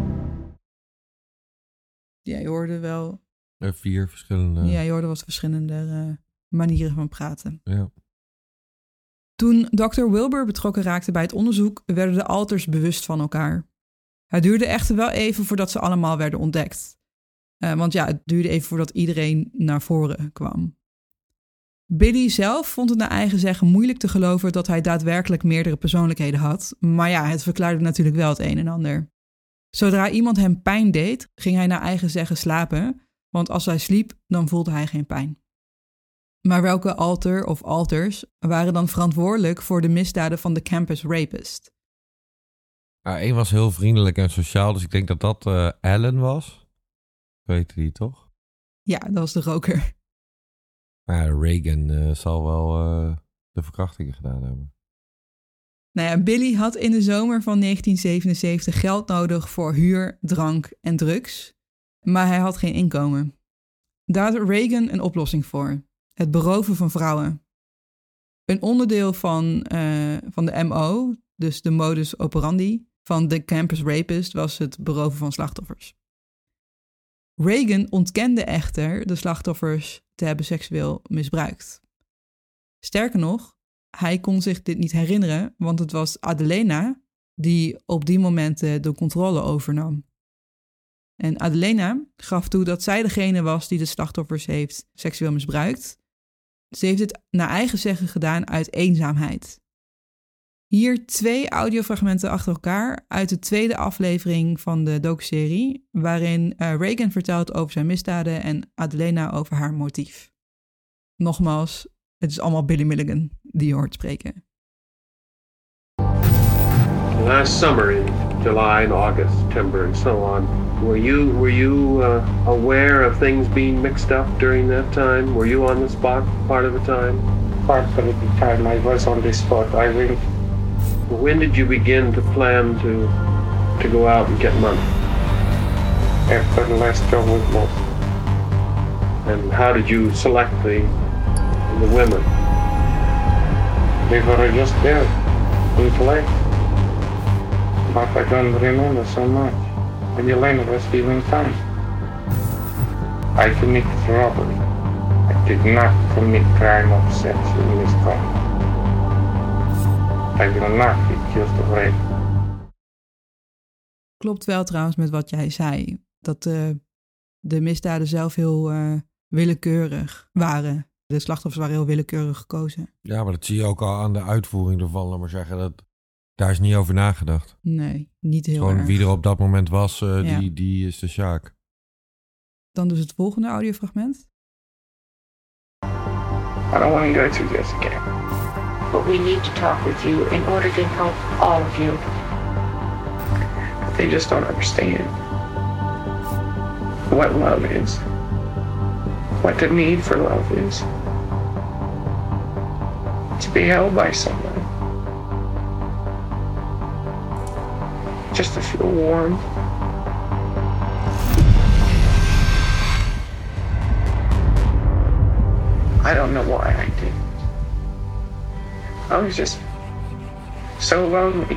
A: Ja, je hoorde wel...
B: Er vier verschillende...
A: Ja, je hoorde wat verschillende uh, manieren van praten.
B: Ja.
A: Toen dokter Wilbur betrokken raakte bij het onderzoek, werden de alters bewust van elkaar. Het duurde echter wel even voordat ze allemaal werden ontdekt. Uh, want ja, het duurde even voordat iedereen naar voren kwam. Billy zelf vond het naar eigen zeggen moeilijk te geloven dat hij daadwerkelijk meerdere persoonlijkheden had. Maar ja, het verklaarde natuurlijk wel het een en ander. Zodra iemand hem pijn deed, ging hij naar eigen zeggen slapen. Want als hij sliep, dan voelde hij geen pijn. Maar welke alter of alters waren dan verantwoordelijk voor de misdaden van de campus rapist?
B: Ah, Eén was heel vriendelijk en sociaal, dus ik denk dat dat uh, Alan was. Weet je die toch?
A: Ja, dat was de roker.
B: Maar ja, Reagan uh, zal wel uh, de verkrachtingen gedaan hebben.
A: Nou ja, Billy had in de zomer van negentien zevenenzeventig geld nodig voor huur, drank en drugs. Maar hij had geen inkomen. Daar had Reagan een oplossing voor. Het beroven van vrouwen. Een onderdeel van, uh, van de M O, dus de modus operandi, van de campus rapist was het beroven van slachtoffers. Reagan ontkende echter de slachtoffers te hebben seksueel misbruikt. Sterker nog, hij kon zich dit niet herinneren, want het was Adelena die op die momenten de controle overnam. En Adelena gaf toe dat zij degene was die de slachtoffers heeft seksueel misbruikt. Ze heeft het naar eigen zeggen gedaan uit eenzaamheid. Hier twee audiofragmenten achter elkaar uit de tweede aflevering van de docuserie, waarin uh, Reagan vertelt over zijn misdaden en Adelena over haar motief. Nogmaals, het is allemaal Billy Milligan die je hoort spreken.
G: Last summer in July and August, September and so on, were you were you uh, aware of things being mixed up during that time? Were you on the spot part of the time?
F: Part of the time I was on the spot, I went.
G: When did you begin to plan to to go out and get money?
F: After the last job was lost.
G: And how did you select the the women?
F: They were just there, in play. But I don't remember so much. And Elena was feeling fine. I committed robbery. I did not commit crime of sexual misconduct. I will not be accused of rape.
A: Klopt wel trouwens met wat jij zei. Dat uh, de misdaden zelf heel uh, willekeurig waren. De slachtoffers waren heel willekeurig gekozen.
B: Ja, maar dat zie je ook al aan de uitvoering ervan. Laat maar zeggen, dat, daar is niet over nagedacht.
A: Nee, niet heel
B: Gewoon
A: erg.
B: wie er op dat moment was, uh,
A: Ja.
B: die, die is de Sjaak.
A: Dan dus het volgende audiofragment.
F: I don't want to go through this again.
H: But we need to talk with you in order to help all of you.
F: They just don't understand what love is, what the need for love is. To be held by someone. Just to feel warm. I don't know why I did. I was just so lonely.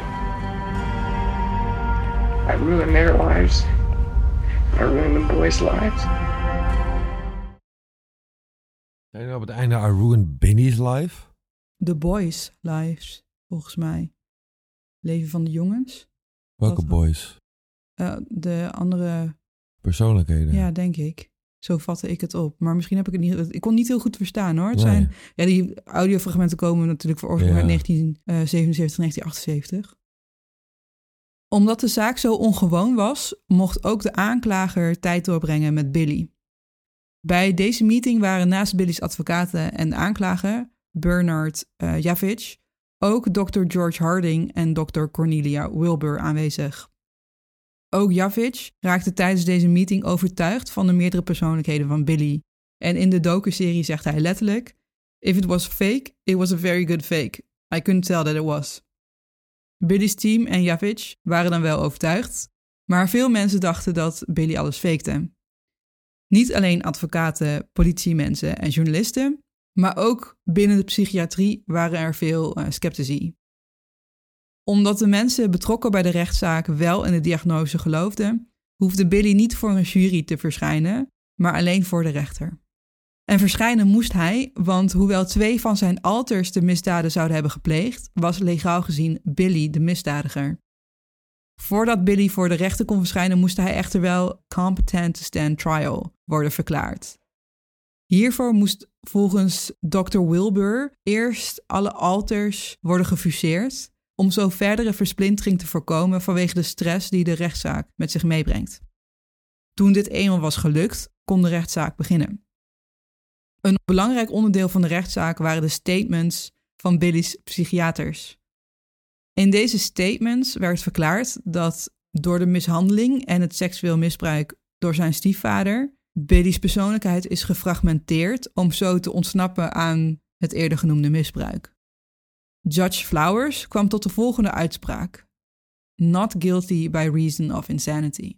F: I ruined their lives. I ruined the boys' lives.
B: Zijn er op het einde I ruined Benny's life?
A: The Boys Lives, volgens mij. Leven van de jongens.
B: Welke
A: Wat-
B: boys?
A: Uh, de andere,
B: Persoonlijkheden?
A: ja, denk ik. Zo vatte ik het op. Maar misschien heb ik het niet... Ik kon het niet heel goed verstaan, hoor. Het
B: Nee.
A: zijn, ja, die audiofragmenten komen natuurlijk voor oorsprong
B: Ja.
A: uit negentien zevenenzeventig, negentien achtenzeventig. Omdat de zaak zo ongewoon was, mocht ook de aanklager tijd doorbrengen met Billy. Bij deze meeting waren naast Billy's advocaten en de aanklager, Bernard uh, Javitch, ook dokter George Harding en dokter Cornelia Wilbur aanwezig. Ook Javitch raakte tijdens deze meeting overtuigd van de meerdere persoonlijkheden van Billy. En in de docuserie zegt hij letterlijk: "If it was fake, it was a very good fake. I couldn't tell that it was." Billy's team en Javitch waren dan wel overtuigd, maar veel mensen dachten dat Billy alles fakte. Niet alleen advocaten, politiemensen en journalisten, maar ook binnen de psychiatrie waren er veel uh, sceptici. Omdat de mensen betrokken bij de rechtszaak wel in de diagnose geloofden, hoefde Billy niet voor een jury te verschijnen, maar alleen voor de rechter. En verschijnen moest hij, want hoewel twee van zijn alters de misdaden zouden hebben gepleegd, was legaal gezien Billy de misdadiger. Voordat Billy voor de rechter kon verschijnen, moest hij echter wel competent to stand trial worden verklaard. Hiervoor moest volgens dokter Wilbur eerst alle alters worden gefuseerd, om zo verdere versplintering te voorkomen vanwege de stress die de rechtszaak met zich meebrengt. Toen dit eenmaal was gelukt, kon de rechtszaak beginnen. Een belangrijk onderdeel van de rechtszaak waren de statements van Billy's psychiaters. In deze statements werd verklaard dat door de mishandeling en het seksueel misbruik door zijn stiefvader, Billy's persoonlijkheid is gefragmenteerd om zo te ontsnappen aan het eerder genoemde misbruik. Judge Flowers kwam tot de volgende uitspraak: "Not guilty by reason of insanity."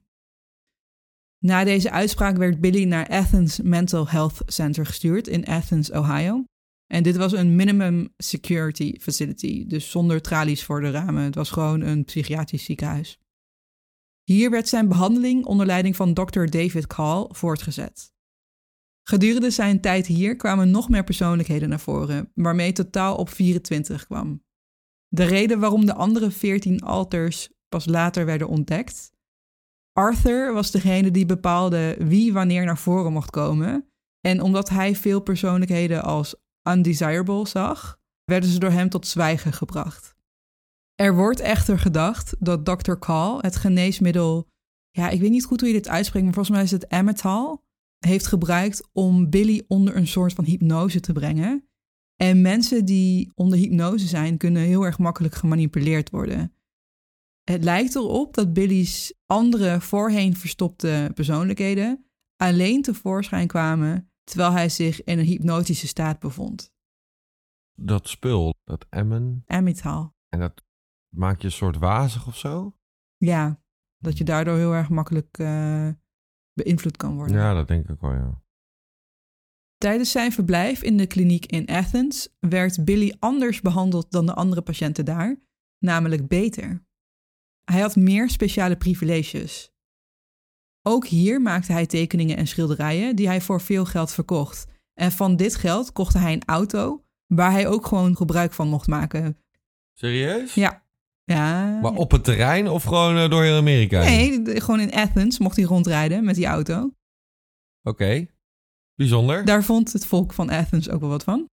A: Na deze uitspraak werd Billy naar Athens Mental Health Center gestuurd in Athens, Ohio. En dit was een minimum security facility, dus zonder tralies voor de ramen. Het was gewoon een psychiatrisch ziekenhuis. Hier werd zijn behandeling onder leiding van dokter David Call voortgezet. Gedurende zijn tijd hier kwamen nog meer persoonlijkheden naar voren, waarmee het totaal op vierentwintig kwam. De reden waarom de andere veertien alters pas later werden ontdekt: Arthur was degene die bepaalde wie wanneer naar voren mocht komen, en omdat hij veel persoonlijkheden als undesirable zag, werden ze door hem tot zwijgen gebracht. Er wordt echter gedacht dat dokter Call het geneesmiddel, ja, ik weet niet goed hoe je dit uitspreekt, maar volgens mij is het Emmental, heeft gebruikt om Billy onder een soort van hypnose te brengen. En mensen die onder hypnose zijn, kunnen heel erg makkelijk gemanipuleerd worden. Het lijkt erop dat Billy's andere voorheen verstopte persoonlijkheden alleen tevoorschijn kwamen terwijl hij zich in een hypnotische staat bevond.
B: Dat spul, dat emmen,
A: Emmental.
B: en dat maakt je een soort wazig of zo?
A: Ja, dat je daardoor heel erg makkelijk uh, beïnvloed kan worden.
B: Ja, dat denk ik wel, ja.
A: Tijdens zijn verblijf in de kliniek in Athens werd Billy anders behandeld dan de andere patiënten daar, namelijk beter. Hij had meer speciale privileges. Ook hier maakte hij tekeningen en schilderijen die hij voor veel geld verkocht. En van dit geld kocht hij een auto waar hij ook gewoon gebruik van mocht maken.
B: Serieus?
A: Ja. Ja.
B: Maar op het terrein of gewoon uh, door heel Amerika?
A: Nee, de, gewoon in Athens mocht hij rondrijden met die auto.
B: Oké. Okay. Bijzonder.
A: Daar vond het volk van Athens ook wel wat van.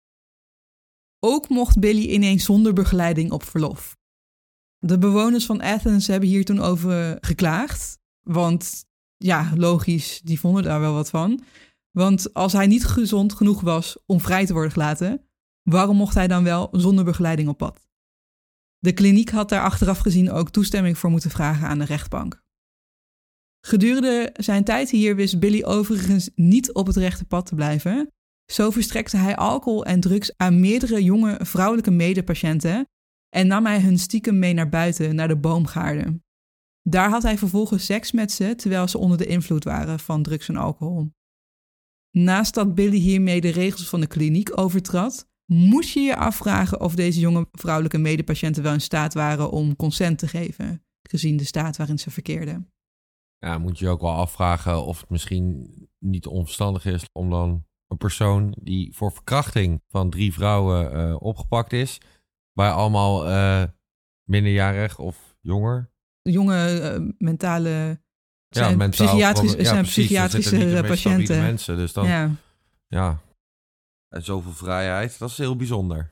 A: Ook mocht Billy ineens zonder begeleiding op verlof. De bewoners van Athens hebben hier toen over geklaagd. Want ja, logisch, die vonden daar wel wat van. Want als hij niet gezond genoeg was om vrij te worden gelaten, waarom mocht hij dan wel zonder begeleiding op pad? De kliniek had daar achteraf gezien ook toestemming voor moeten vragen aan de rechtbank. Gedurende zijn tijd hier wist Billy overigens niet op het rechte pad te blijven. Zo verstrekte hij alcohol en drugs aan meerdere jonge vrouwelijke medepatiënten en nam hij hun stiekem mee naar buiten, naar de boomgaarden. Daar had hij vervolgens seks met ze, terwijl ze onder de invloed waren van drugs en alcohol. Naast dat Billy hiermee de regels van de kliniek overtrad, moest je je afvragen of deze jonge vrouwelijke medepatiënten wel in staat waren om consent te geven, gezien de staat waarin ze verkeerden.
B: Ja, moet je je ook wel afvragen of het misschien niet onverstandig is om dan een persoon die voor verkrachting van drie vrouwen uh, opgepakt is, bij allemaal uh, minderjarig of jonger.
A: Jonge uh, mentale, zijn
B: ja, mentaal
A: psychiatrische,
B: ja,
A: zijn
B: precies,
A: psychiatrische
B: niet de
A: patiënten.
B: Mensen, dus dan,
A: ja.
B: ja, en zoveel vrijheid, dat is heel bijzonder.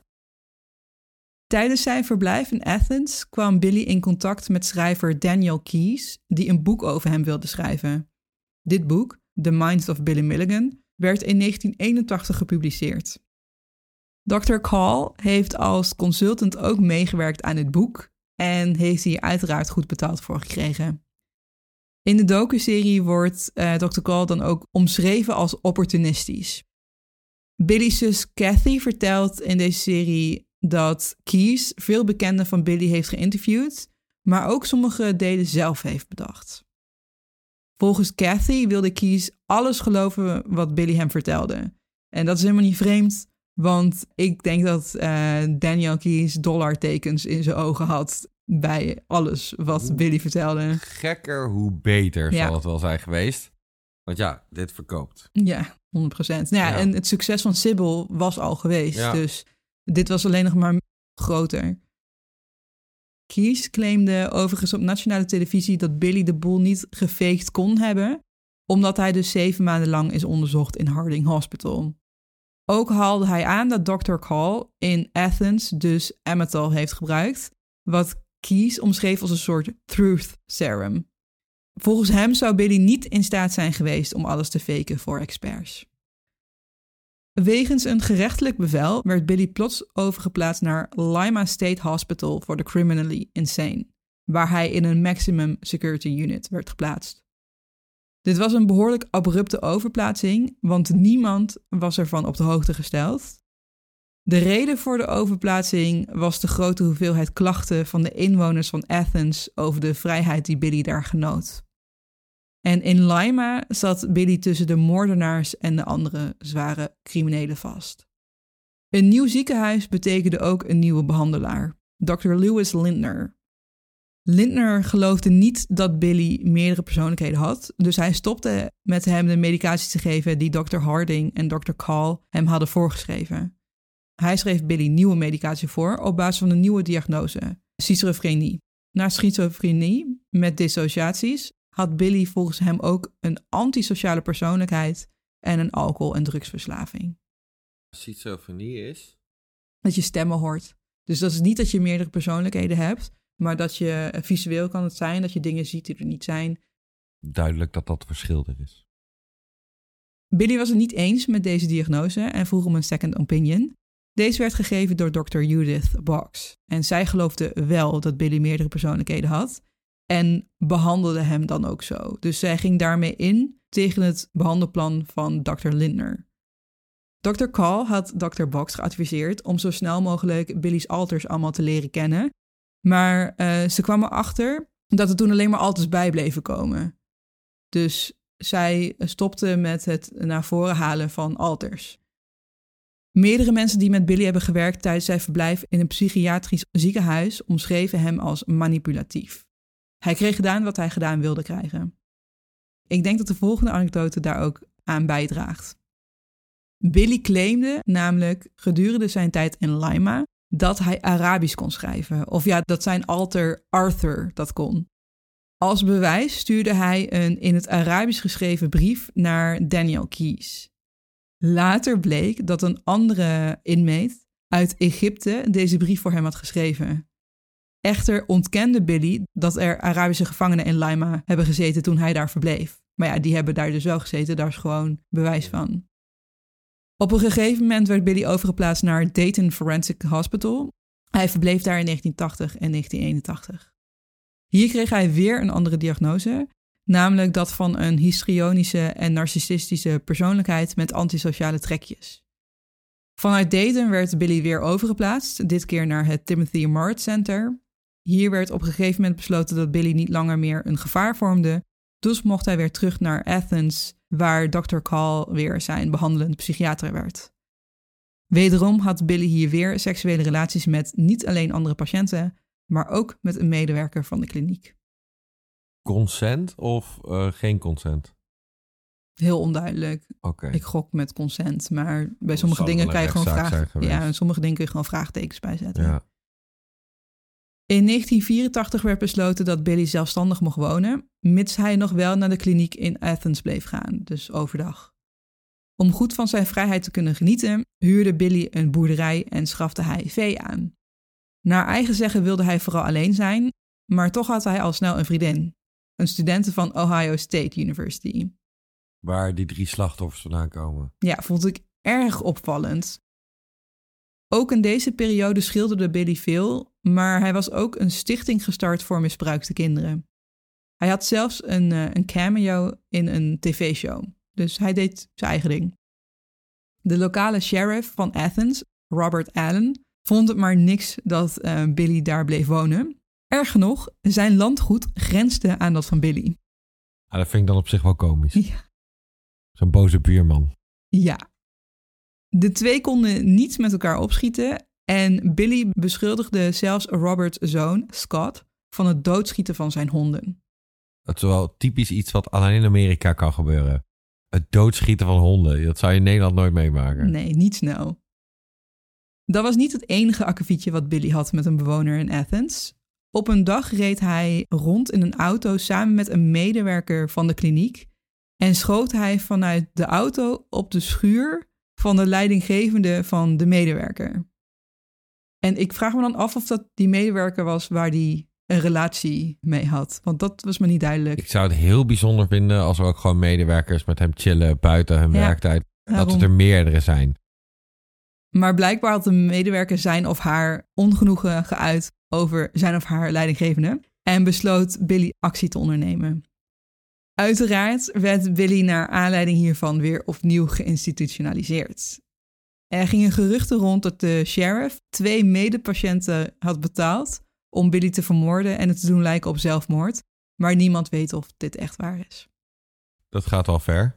A: Tijdens zijn verblijf in Athens kwam Billy in contact met schrijver Daniel Keyes, die een boek over hem wilde schrijven. Dit boek, The Mind of Billy Milligan, werd in negentien eenentachtig gepubliceerd. dokter Call heeft als consultant ook meegewerkt aan het boek en heeft hier uiteraard goed betaald voor gekregen. In de docuserie wordt uh, dokter Call dan ook omschreven als opportunistisch. Billy's zus Kathy vertelt in deze serie dat Keyes veel bekenden van Billy heeft geïnterviewd, maar ook sommige delen zelf heeft bedacht. Volgens Kathy wilde Keyes alles geloven wat Billy hem vertelde. En dat is helemaal niet vreemd, want ik denk dat uh, Daniel Keyes dollartekens in zijn ogen had bij alles wat hoe Billy vertelde.
B: Gekker, hoe beter
A: ja.
B: zal het wel zijn geweest. Want ja, dit verkoopt.
A: Ja, honderd procent. Nou ja, ja. En het succes van Sybil was al geweest, ja. Dus dit was alleen nog maar groter. Keyes claimde overigens op nationale televisie dat Billy de boel niet gefaked kon hebben, omdat hij dus zeven maanden lang is onderzocht in Harding Hospital. Ook haalde hij aan dat dokter Call in Athens dus Amytal heeft gebruikt, wat Keyes omschreef als een soort truth serum. Volgens hem zou Billy niet in staat zijn geweest om alles te faken voor experts. Wegens een gerechtelijk bevel werd Billy plots overgeplaatst naar Lima State Hospital for the Criminally Insane, waar hij in een maximum security unit werd geplaatst. Dit was een behoorlijk abrupte overplaatsing, want niemand was ervan op de hoogte gesteld. De reden voor de overplaatsing was de grote hoeveelheid klachten van de inwoners van Athens over de vrijheid die Billy daar genoot. En in Lima zat Billy tussen de moordenaars en de andere zware criminelen vast. Een nieuw ziekenhuis betekende ook een nieuwe behandelaar, dokter Lewis Lindner. Lindner geloofde niet dat Billy meerdere persoonlijkheden had, dus hij stopte met hem de medicatie te geven die dokter Harding en dokter Call hem hadden voorgeschreven. Hij schreef Billy nieuwe medicatie voor op basis van een nieuwe diagnose, schizofrenie. Na schizofrenie met dissociaties had Billy volgens hem ook een antisociale persoonlijkheid en een alcohol- en drugsverslaving.
B: Schizofrenie is?
A: Dat je stemmen hoort. Dus dat is niet dat je meerdere persoonlijkheden hebt, maar dat je visueel kan het zijn, dat je dingen ziet die er niet zijn.
B: Duidelijk dat dat verschil er is.
A: Billy was het niet eens met deze diagnose en vroeg om een second opinion. Deze werd gegeven door dokter Judith Box. En zij geloofde wel dat Billy meerdere persoonlijkheden had en behandelde hem dan ook zo. Dus zij ging daarmee in tegen het behandelplan van dokter Lindner. dokter Call had dokter Box geadviseerd om zo snel mogelijk Billy's alters allemaal te leren kennen. Maar uh, ze kwam erachter dat er toen alleen maar alters bij bleven komen. Dus zij stopte met het naar voren halen van alters. Meerdere mensen die met Billy hebben gewerkt tijdens zijn verblijf in een psychiatrisch ziekenhuis omschreven hem als manipulatief. Hij kreeg gedaan wat hij gedaan wilde krijgen. Ik denk dat de volgende anekdote daar ook aan bijdraagt. Billy claimde namelijk gedurende zijn tijd in Lima dat hij Arabisch kon schrijven. Of ja, dat zijn alter Arthur dat kon. Als bewijs stuurde hij een in het Arabisch geschreven brief naar Daniel Keyes. Later bleek dat een andere inmate uit Egypte deze brief voor hem had geschreven. Echter ontkende Billy dat er Arabische gevangenen in Lima hebben gezeten toen hij daar verbleef. Maar ja, die hebben daar dus wel gezeten, daar is gewoon bewijs van. Op een gegeven moment werd Billy overgeplaatst naar Dayton Forensic Hospital. Hij verbleef daar in negentien tachtig en negentien eenentachtig. Hier kreeg hij weer een andere diagnose, namelijk dat van een histrionische en narcissistische persoonlijkheid met antisociale trekjes. Vanuit Dayton werd Billy weer overgeplaatst, dit keer naar het Timothy Mart Center. Hier werd op een gegeven moment besloten dat Billy niet langer meer een gevaar vormde, dus mocht hij weer terug naar Athens, waar dokter Call weer zijn behandelend psychiater werd. Wederom had Billy hier weer seksuele relaties met niet alleen andere patiënten, maar ook met een medewerker van de kliniek.
B: Consent of uh, geen consent?
A: Heel onduidelijk.
B: Okay.
A: Ik gok met consent, maar bij sommige dingen kan je gewoon vragen. Ja, en sommige dingen kun je gewoon vraagtekens bijzetten.
B: Ja.
A: In negentien vierentachtig werd besloten dat Billy zelfstandig mocht wonen, mits hij nog wel naar de kliniek in Athens bleef gaan, dus overdag. Om goed van zijn vrijheid te kunnen genieten, huurde Billy een boerderij en schafte hij vee aan. Naar eigen zeggen wilde hij vooral alleen zijn, maar toch had hij al snel een vriendin, een studente van Ohio State University.
B: Waar die drie slachtoffers vandaan komen.
A: Ja, vond ik erg opvallend. Ook in deze periode schilderde Billy veel, maar hij was ook een stichting gestart voor misbruikte kinderen. Hij had zelfs een, uh, een cameo in een tv-show, dus hij deed zijn eigen ding. De lokale sheriff van Athens, Robert Allen, vond het maar niks dat uh, Billy daar bleef wonen. Erg genoeg, zijn landgoed grensde aan dat van Billy.
B: Ah, dat vind ik dan op zich wel komisch.
A: Ja.
B: Zo'n boze buurman.
A: Ja. De twee konden niets met elkaar opschieten en Billy beschuldigde zelfs Robert's zoon, Scott, van het doodschieten van zijn honden.
B: Dat is wel typisch iets wat alleen in Amerika kan gebeuren. Het doodschieten van honden, dat zou je in Nederland nooit meemaken.
A: Nee, niet snel. Dat was niet het enige akkefietje wat Billy had met een bewoner in Athens. Op een dag reed hij rond in een auto samen met een medewerker van de kliniek en schoot hij vanuit de auto op de schuur van de leidinggevende van de medewerker. En ik vraag me dan af of dat die medewerker was waar die een relatie mee had. Want dat was me niet duidelijk.
B: Ik zou het heel bijzonder vinden als er ook gewoon medewerkers met hem chillen buiten hun ja, werktijd. Daarom. Dat het er meerdere zijn.
A: Maar blijkbaar had de medewerker zijn of haar ongenoegen geuit over zijn of haar leidinggevende en besloot Billy actie te ondernemen. Uiteraard werd Billy naar aanleiding hiervan weer opnieuw geïnstitutionaliseerd. Er gingen geruchten rond dat de sheriff twee medepatiënten had betaald om Billy te vermoorden en het te doen lijken op zelfmoord, maar niemand weet of dit echt waar is.
B: Dat gaat al ver.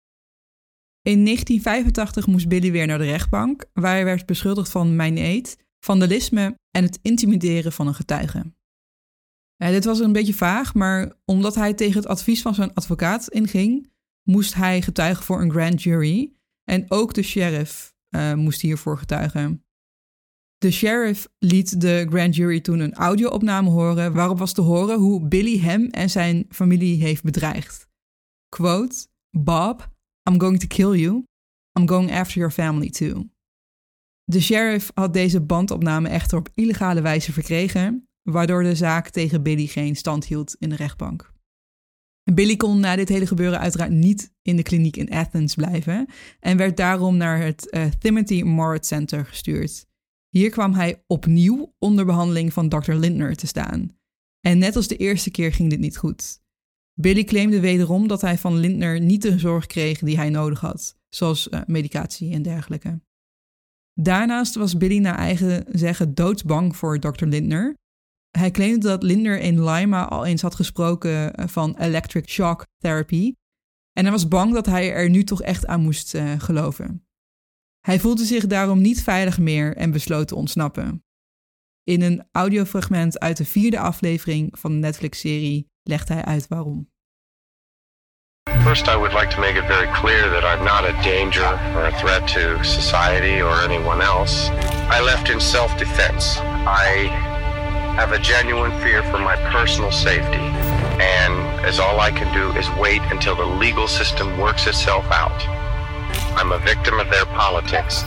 A: In negentien vijfentachtig moest Billy weer naar de rechtbank, waar hij werd beschuldigd van mijn-eed, vandalisme en het intimideren van een getuige. Ja, dit was een beetje vaag, maar omdat hij tegen het advies van zijn advocaat inging, moest hij getuigen voor een grand jury en ook de sheriff uh, moest hiervoor getuigen. De sheriff liet de grand jury toen een audio-opname horen waarop was te horen hoe Billy hem en zijn familie heeft bedreigd. Quote, Bob, I'm going to kill you. I'm going after your family too. De sheriff had deze bandopname echter op illegale wijze verkregen, waardoor de zaak tegen Billy geen stand hield in de rechtbank. Billy kon na dit hele gebeuren uiteraard niet in de kliniek in Athens blijven en werd daarom naar het uh, Timothy Mart Center gestuurd. Hier kwam hij opnieuw onder behandeling van dokter Lindner te staan. En net als de eerste keer ging dit niet goed. Billy claimde wederom dat hij van Lindner niet de zorg kreeg die hij nodig had, zoals uh, medicatie en dergelijke. Daarnaast was Billy naar eigen zeggen doodsbang voor dokter Lindner. Hij claimde dat Lindner in Lima al eens had gesproken van electric shock therapy en hij was bang dat hij er nu toch echt aan moest uh, geloven. Hij voelde zich daarom niet veilig meer en besloot te ontsnappen. In een audiofragment uit de vierde aflevering van de Netflix-serie legt hij uit waarom.
I: First, I would like to make it very clear that I'm not a danger or a threat to society or anyone else. I left in self-defense. I have a genuine fear for my personal safety. And as all I can do is wait until the legal system works itself out. I'm a victim of their politics.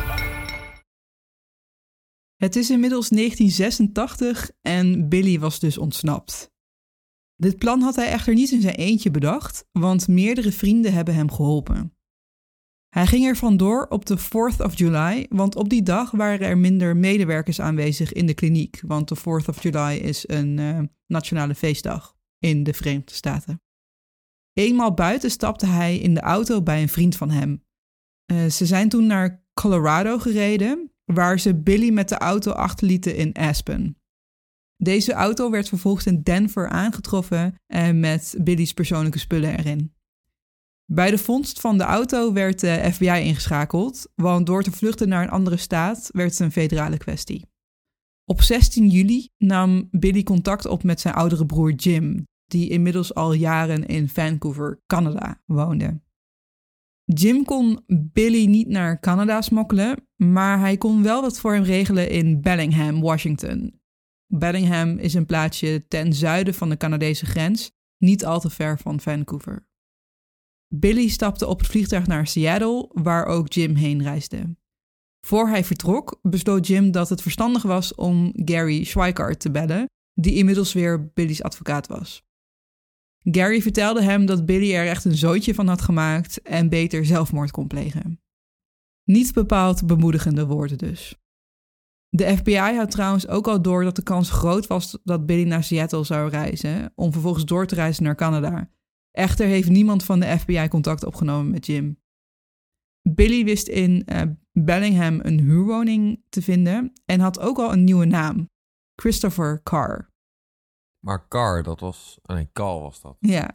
A: Het is inmiddels negentien zesentachtig en Billy was dus ontsnapt. Dit plan had hij echter niet in zijn eentje bedacht, want meerdere vrienden hebben hem geholpen. Hij ging er vandoor op de fourth of July, want op die dag waren er minder medewerkers aanwezig in de kliniek, want de fourth of July is een uh, nationale feestdag in de Verenigde Staten. Eenmaal buiten stapte hij in de auto bij een vriend van hem. Uh, ze zijn toen naar Colorado gereden, waar ze Billy met de auto achterlieten in Aspen. Deze auto werd vervolgens in Denver aangetroffen en met Billy's persoonlijke spullen erin. Bij de vondst van de auto werd de F B I ingeschakeld, want door te vluchten naar een andere staat werd het een federale kwestie. Op zestien juli nam Billy contact op met zijn oudere broer Jim, die inmiddels al jaren in Vancouver, Canada, woonde. Jim kon Billy niet naar Canada smokkelen, maar hij kon wel wat voor hem regelen in Bellingham, Washington. Bellingham is een plaatsje ten zuiden van de Canadese grens, niet al te ver van Vancouver. Billy stapte op het vliegtuig naar Seattle, waar ook Jim heen reisde. Voor hij vertrok, besloot Jim dat het verstandig was om Gary Schweikart te bellen, die inmiddels weer Billy's advocaat was. Gary vertelde hem dat Billy er echt een zootje van had gemaakt en beter zelfmoord kon plegen. Niet bepaald bemoedigende woorden dus. De F B I had trouwens ook al door dat de kans groot was dat Billy naar Seattle zou reizen, om vervolgens door te reizen naar Canada. Echter heeft niemand van de F B I contact opgenomen met Jim. Billy wist in uh, Bellingham een huurwoning te vinden en had ook al een nieuwe naam. Christopher Carr.
B: Maar Carr, dat was... Oh nee, Carl was dat.
A: Ja.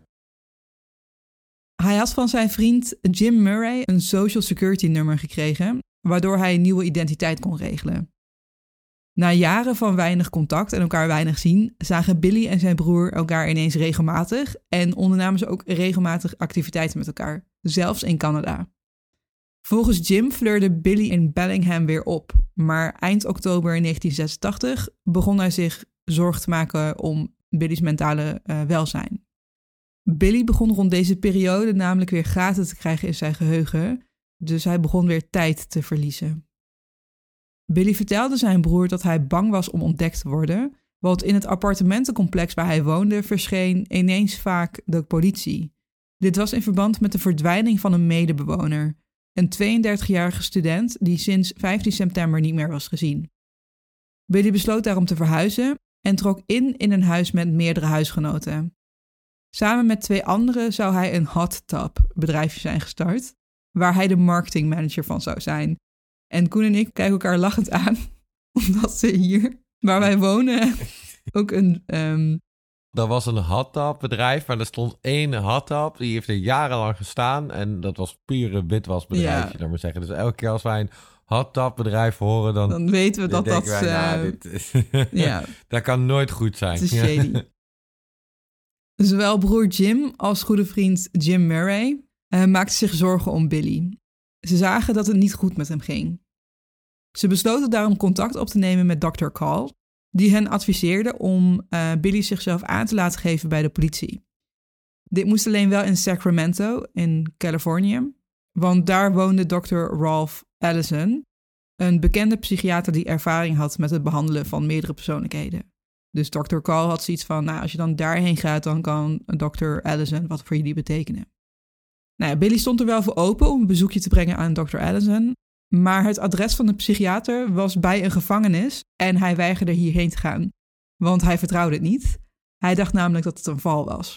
A: Hij had van zijn vriend Jim Murray een social security nummer gekregen, waardoor hij een nieuwe identiteit kon regelen. Na jaren van weinig contact en elkaar weinig zien, zagen Billy en zijn broer elkaar ineens regelmatig en ondernamen ze ook regelmatig activiteiten met elkaar, zelfs in Canada. Volgens Jim fleurde Billy in Bellingham weer op, maar eind oktober negentien zesentachtig begon hij zich zorgen te maken om Billy's mentale uh, welzijn. Billy begon rond deze periode namelijk weer gaten te krijgen in zijn geheugen, dus hij begon weer tijd te verliezen. Billy vertelde zijn broer dat hij bang was om ontdekt te worden, want in het appartementencomplex waar hij woonde verscheen ineens vaak de politie. Dit was in verband met de verdwijning van een medebewoner, een tweeëndertigjarige student die sinds vijftien september niet meer was gezien. Billy besloot daarom te verhuizen en trok in in een huis met meerdere huisgenoten. Samen met twee anderen zou hij een hot tub bedrijfje zijn gestart, waar hij de marketingmanager van zou zijn. En Koen en ik kijken elkaar lachend aan, omdat ze hier, waar wij wonen, ook een... Um...
B: Dat was een hot tub bedrijf, maar er stond één hot tub, die heeft er jarenlang gestaan. En dat was pure witwasbedrijfje, ja. maar zeggen. Dus elke keer als wij een hot tub bedrijf horen, dan...
A: Dan weten we dat dat...
B: Wij,
A: uh...
B: nou, dit,
A: ja.
B: dat kan nooit goed zijn.
A: Het is shady. Zowel broer Jim als goede vriend Jim Murray uh, maakten zich zorgen om Billy. Ze zagen dat het niet goed met hem ging. Ze besloten daarom contact op te nemen met dokter Call, die hen adviseerde om uh, Billy zichzelf aan te laten geven bij de politie. Dit moest alleen wel in Sacramento, in Californië, want daar woonde dokter Ralph Ellison, een bekende psychiater die ervaring had met het behandelen van meerdere persoonlijkheden. Dus dokter Call had zoiets van, nou, als je dan daarheen gaat, dan kan dokter Ellison wat voor jullie betekenen. Nou ja, Billy stond er wel voor open om een bezoekje te brengen aan dokter Ellison, maar het adres van de psychiater was bij een gevangenis en hij weigerde hierheen te gaan, want hij vertrouwde het niet. Hij dacht namelijk dat het een val was.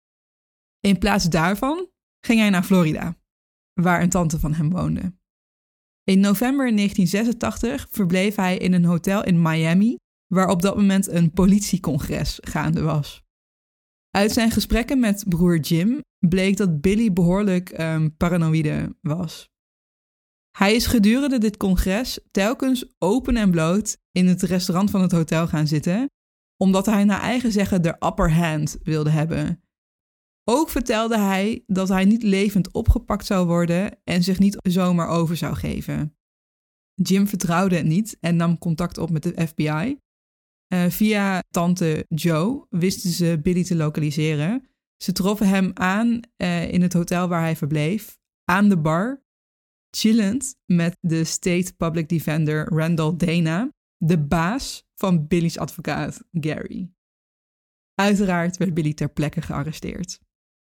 A: In plaats daarvan ging hij naar Florida, waar een tante van hem woonde. In november negentien zesentachtig verbleef hij in een hotel in Miami, waar op dat moment een politiecongres gaande was. Uit zijn gesprekken met broer Jim bleek dat Billy behoorlijk um, paranoïde was. Hij is gedurende dit congres telkens open en bloot in het restaurant van het hotel gaan zitten, omdat hij naar eigen zeggen de upper hand wilde hebben. Ook vertelde hij dat hij niet levend opgepakt zou worden en zich niet zomaar over zou geven. Jim vertrouwde het niet en nam contact op met de F B I. Uh, via tante Joe wisten ze Billy te lokaliseren. Ze troffen hem aan uh, in het hotel waar hij verbleef, aan de bar. chillend met de State Public Defender Randall Dana, de baas van Billy's advocaat Gary. Uiteraard werd Billy ter plekke gearresteerd.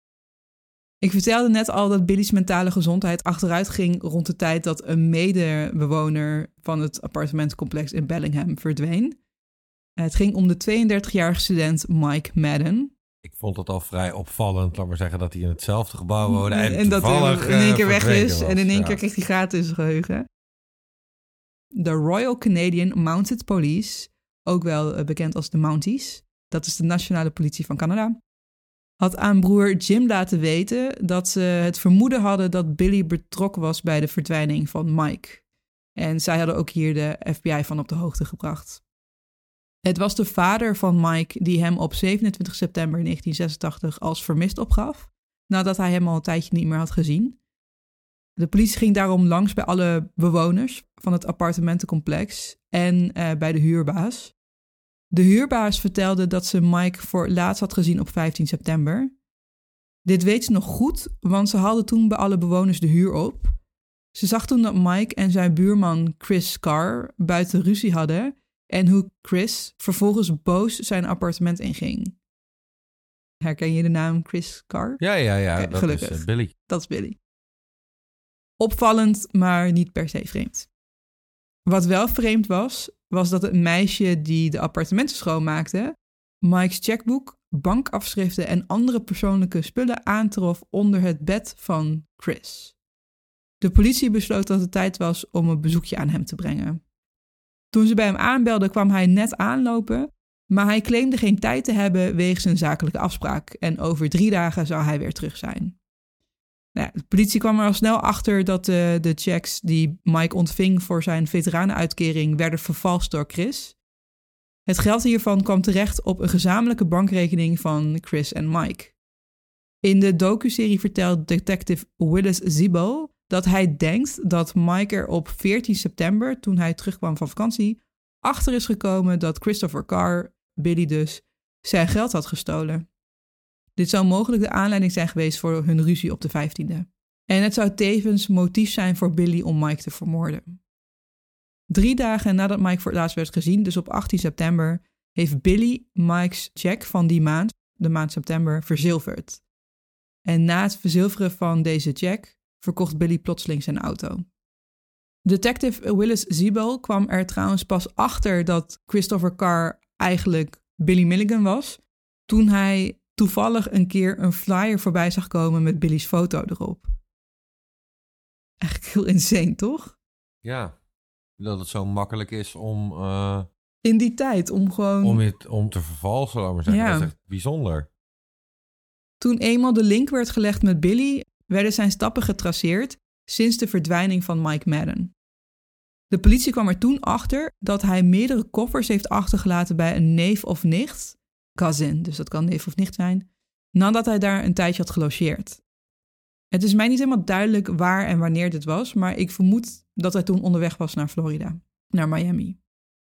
A: Ik vertelde net al dat Billy's mentale gezondheid achteruit ging rond de tijd dat een medebewoner van het appartementencomplex in Bellingham verdween. Het ging om de tweeëndertigjarige student Mike Madden.
B: Ik vond het al vrij opvallend, laat maar zeggen, dat hij in hetzelfde gebouw woonde. En,
A: en dat hij in één keer weg is
B: was.
A: en in één
B: ja.
A: keer kreeg hij gratis geheugen. De Royal Canadian Mounted Police, ook wel bekend als de Mounties, dat is de nationale politie van Canada, had aan broer Jim laten weten dat ze het vermoeden hadden dat Billy betrokken was bij de verdwijning van Mike. En zij hadden ook hier de F B I van op de hoogte gebracht. Het was de vader van Mike die hem op zevenentwintig september negentien zesentachtig als vermist opgaf, nadat hij hem al een tijdje niet meer had gezien. De politie ging daarom langs bij alle bewoners van het appartementencomplex en uh, bij de huurbaas. De huurbaas vertelde dat ze Mike voor het laatst had gezien op vijftien september. Dit weet ze nog goed, want ze haalde toen bij alle bewoners de huur op. Ze zag toen dat Mike en zijn buurman Chris Carr buiten ruzie hadden en hoe Chris vervolgens boos zijn appartement inging. Herken je de naam Chris Carr?
B: Ja, ja, ja.
A: Okay,
B: dat
A: gelukkig.
B: is uh, Billy.
A: Dat is Billy. Opvallend, maar niet per se vreemd. Wat wel vreemd was, was dat het meisje die de appartementen schoonmaakte Mike's checkboek, bankafschriften en andere persoonlijke spullen aantrof onder het bed van Chris. De politie besloot dat het tijd was om een bezoekje aan hem te brengen. Toen ze bij hem aanbelden kwam hij net aanlopen, maar hij claimde geen tijd te hebben wegens een zakelijke afspraak en over drie dagen zou hij weer terug zijn. Nou ja, de politie kwam er al snel achter dat de, de checks die Mike ontving voor zijn veteranenuitkering werden vervalst door Chris. Het geld hiervan kwam terecht op een gezamenlijke bankrekening van Chris en Mike. In de docuserie vertelt detective Willis Ziebel dat hij denkt dat Mike er op veertien september, toen hij terugkwam van vakantie, achter is gekomen dat Christopher Carr, Billy dus, zijn geld had gestolen. Dit zou mogelijk de aanleiding zijn geweest voor hun ruzie op de vijftiende. En het zou tevens motief zijn voor Billy om Mike te vermoorden. Drie dagen nadat Mike voor het laatst werd gezien, dus op achttien september, heeft Billy Mike's check van die maand, de maand september, verzilverd. En na het verzilveren van deze check verkocht Billy plotseling zijn auto. Detective Willis Ziebel kwam er trouwens pas achter dat Christopher Carr eigenlijk Billy Milligan was, toen hij toevallig een keer een flyer voorbij zag komen met Billy's foto erop. Eigenlijk heel insane, toch?
B: Ja, dat het zo makkelijk is om... Uh,
A: In die tijd, om gewoon...
B: Om, het, om te vervalsen, laat maar zeggen. Ja. Dat is echt bijzonder.
A: Toen eenmaal de link werd gelegd met Billy, werden zijn stappen getraceerd sinds de verdwijning van Mike Madden. De politie kwam er toen achter dat hij meerdere koffers heeft achtergelaten bij een neef of nicht, cousin, dus dat kan neef of nicht zijn, nadat hij daar een tijdje had gelogeerd. Het is mij niet helemaal duidelijk waar en wanneer dit was, maar ik vermoed dat hij toen onderweg was naar Florida, naar Miami.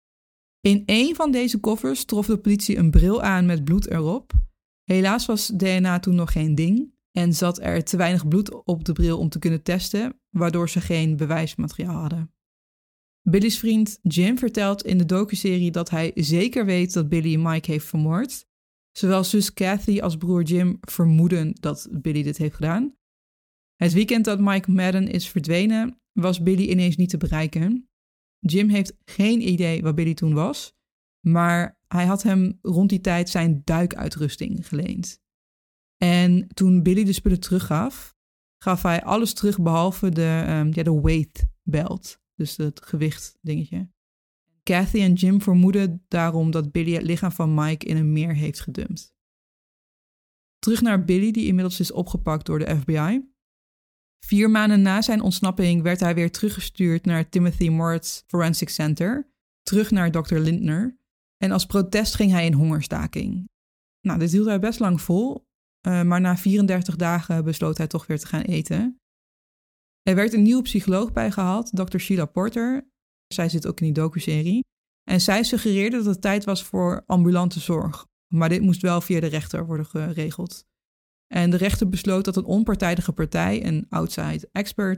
A: In een van deze koffers trof de politie een bril aan met bloed erop. Helaas was D N A toen nog geen ding en zat er te weinig bloed op de bril om te kunnen testen, waardoor ze geen bewijsmateriaal hadden. Billy's vriend Jim vertelt in de docuserie dat hij zeker weet dat Billy Mike heeft vermoord. Zowel zus Kathy als broer Jim vermoeden dat Billy dit heeft gedaan. Het weekend dat Mike Madden is verdwenen, was Billy ineens niet te bereiken. Jim heeft geen idee waar Billy toen was, maar hij had hem rond die tijd zijn duikuitrusting geleend. En toen Billy de spullen teruggaf, gaf hij alles terug behalve de, um, ja, de weight belt, dus het gewicht dingetje. Kathy en Jim vermoeden daarom dat Billy het lichaam van Mike in een meer heeft gedumpt. Terug naar Billy, die inmiddels is opgepakt door de F B I. Vier maanden na zijn ontsnapping werd hij weer teruggestuurd naar Timothy Moritz Forensic Center, terug naar dokter Lindner. En als protest ging hij in hongerstaking. Nou, dit hield hij best lang vol, uh, maar na vierendertig dagen besloot hij toch weer te gaan eten. Er werd een nieuwe psycholoog bijgehaald, dokter Sheila Porter. Zij zit ook in die docuserie. En zij suggereerde dat het tijd was voor ambulante zorg. Maar dit moest wel via de rechter worden geregeld. En de rechter besloot dat een onpartijdige partij, een outside expert,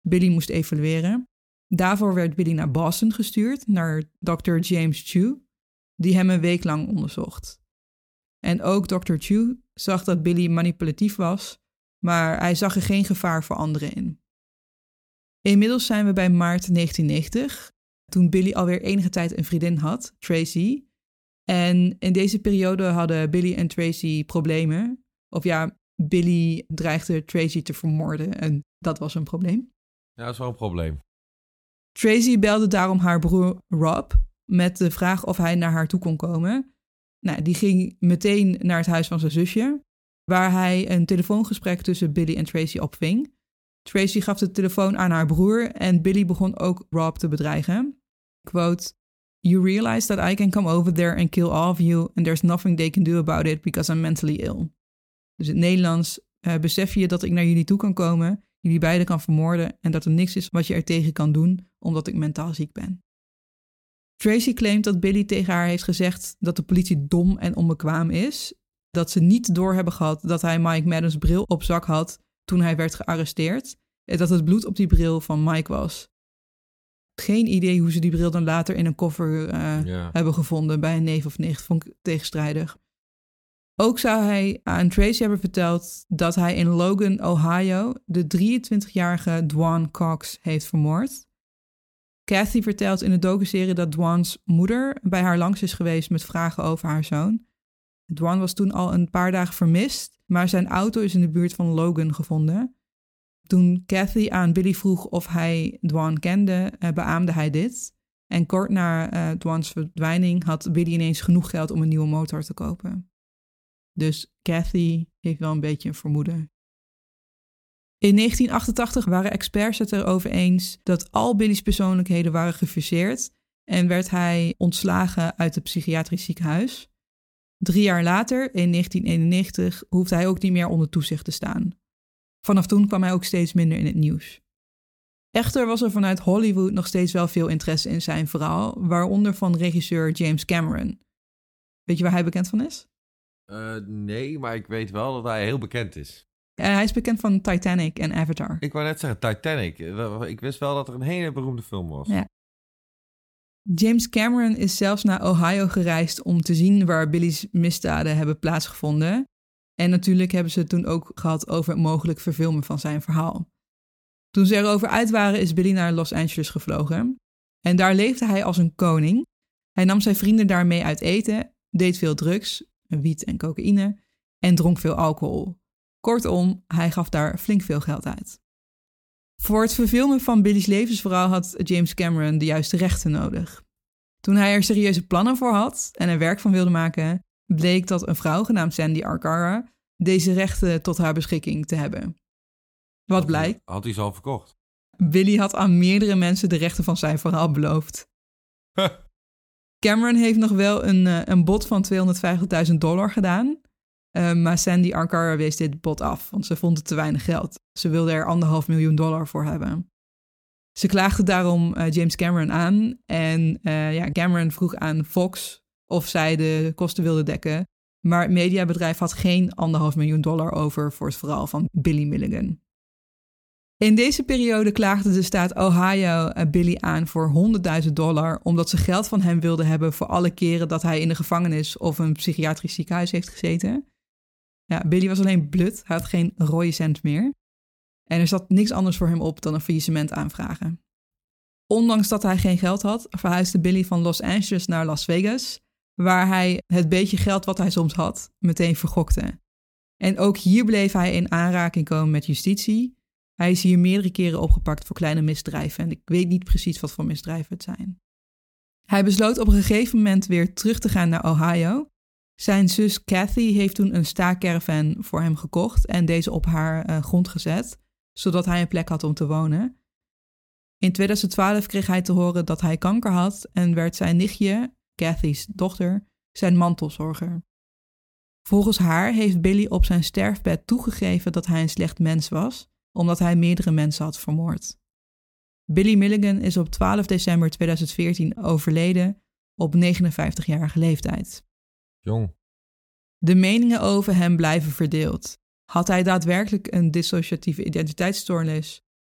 A: Billy moest evalueren. Daarvoor werd Billy naar Boston gestuurd, naar dokter James Chu, die hem een week lang onderzocht. En ook dokter Chu zag dat Billy manipulatief was, maar hij zag er geen gevaar voor anderen in. Inmiddels zijn we bij maart negentien negentig, toen Billy alweer enige tijd een vriendin had, Tracy. En in deze periode hadden Billy en Tracy problemen. Of ja, Billy dreigde Tracy te vermoorden en dat was een probleem.
B: Ja, dat is wel een probleem.
A: Tracy belde daarom haar broer Rob met de vraag of hij naar haar toe kon komen. Nou, die ging meteen naar het huis van zijn zusje, waar hij een telefoongesprek tussen Billy en Tracy opving. Tracy gaf de telefoon aan haar broer en Billy begon ook Rob te bedreigen. Quote, "You realize that I can come over there and kill all of you and there's nothing they can do about it because I'm mentally ill." Dus in het Nederlands, uh, besef je dat ik naar jullie toe kan komen, jullie beiden kan vermoorden en dat er niks is wat je er tegen kan doen omdat ik mentaal ziek ben. Tracy claimt dat Billy tegen haar heeft gezegd dat de politie dom en onbekwaam is, dat ze niet door hebben gehad dat hij Mike Maddens bril op zak had toen hij werd gearresteerd en dat het bloed op die bril van Mike was. Geen idee hoe ze die bril dan later in een koffer uh, ja. hebben gevonden bij een neef of nicht, vond ik tegenstrijdig. Ook zou hij aan Tracy hebben verteld dat hij in Logan, Ohio, de drieëntwintigjarige Dwan Cox heeft vermoord. Kathy vertelt in de docuserie dat Dwan's moeder bij haar langs is geweest met vragen over haar zoon. Dwan was toen al een paar dagen vermist, maar zijn auto is in de buurt van Logan gevonden. Toen Kathy aan Billy vroeg of hij Dwan kende, beaamde hij dit. En kort na uh, Dwan's verdwijning had Billy ineens genoeg geld om een nieuwe motor te kopen. Dus Kathy heeft wel een beetje een vermoeden. In negentien achtentachtig waren experts het erover eens dat al Billy's persoonlijkheden waren gefuseerd en werd hij ontslagen uit het psychiatrisch ziekenhuis. Drie jaar later, in negentien eenennegentig, hoefde hij ook niet meer onder toezicht te staan. Vanaf toen kwam hij ook steeds minder in het nieuws. Echter was er vanuit Hollywood nog steeds wel veel interesse in zijn verhaal, waaronder van regisseur James Cameron. Weet je waar hij bekend van is?
B: Uh, nee, maar ik weet wel dat hij heel bekend is.
A: Uh, hij is bekend van Titanic en Avatar.
B: Ik wou net zeggen, Titanic. Ik wist wel dat er een hele beroemde film was.
A: Ja. James Cameron is zelfs naar Ohio gereisd om te zien waar Billy's misdaden hebben plaatsgevonden. En natuurlijk hebben ze het toen ook gehad over het mogelijk verfilmen van zijn verhaal. Toen ze erover uit waren is Billy naar Los Angeles gevlogen. En daar leefde hij als een koning. Hij nam zijn vrienden daarmee uit eten, deed veel drugs, wiet en cocaïne en dronk veel alcohol. Kortom, hij gaf daar flink veel geld uit. Voor het verfilmen van Billy's levensverhaal had James Cameron de juiste rechten nodig. Toen hij er serieuze plannen voor had en er werk van wilde maken, bleek dat een vrouw genaamd Sandy Arcara deze rechten tot haar beschikking te hebben. Wat blijkt?
B: Had hij ze al verkocht?
A: Billy had aan meerdere mensen de rechten van zijn verhaal beloofd. Cameron heeft nog wel een, een bod van tweehonderdvijftigduizend dollar gedaan. Uh, maar Sandy Arcara wees dit bod af, want ze vond het te weinig geld. Ze wilde er anderhalf miljoen dollar voor hebben. Ze klaagde daarom uh, James Cameron aan. En uh, ja, Cameron vroeg aan Fox of zij de kosten wilde dekken. Maar het mediabedrijf had geen anderhalf miljoen dollar over voor het verhaal van Billy Milligan. In deze periode klaagde de staat Ohio uh, Billy aan voor honderdduizend dollar... omdat ze geld van hem wilden hebben voor alle keren dat hij in de gevangenis of een psychiatrisch ziekenhuis heeft gezeten. Ja, Billy was alleen blut, hij had geen rode cent meer. En er zat niks anders voor hem op dan een faillissement aanvragen. Ondanks dat hij geen geld had, verhuisde Billy van Los Angeles naar Las Vegas, waar hij het beetje geld wat hij soms had meteen vergokte. En ook hier bleef hij in aanraking komen met justitie. Hij is hier meerdere keren opgepakt voor kleine misdrijven en ik weet niet precies wat voor misdrijven het zijn. Hij besloot op een gegeven moment weer terug te gaan naar Ohio. Zijn zus Kathy heeft toen een staakerven voor hem gekocht en deze op haar uh, grond gezet, zodat hij een plek had om te wonen. In tweeduizend twaalf kreeg hij te horen dat hij kanker had en werd zijn nichtje, Kathy's dochter, zijn mantelzorger. Volgens haar heeft Billy op zijn sterfbed toegegeven dat hij een slecht mens was, omdat hij meerdere mensen had vermoord. Billy Milligan is op twaalf december tweeduizend veertien overleden op negenenvijftigjarige leeftijd.
B: Jong.
A: De meningen over hem blijven verdeeld. Had hij daadwerkelijk een dissociatieve identiteitsstoornis?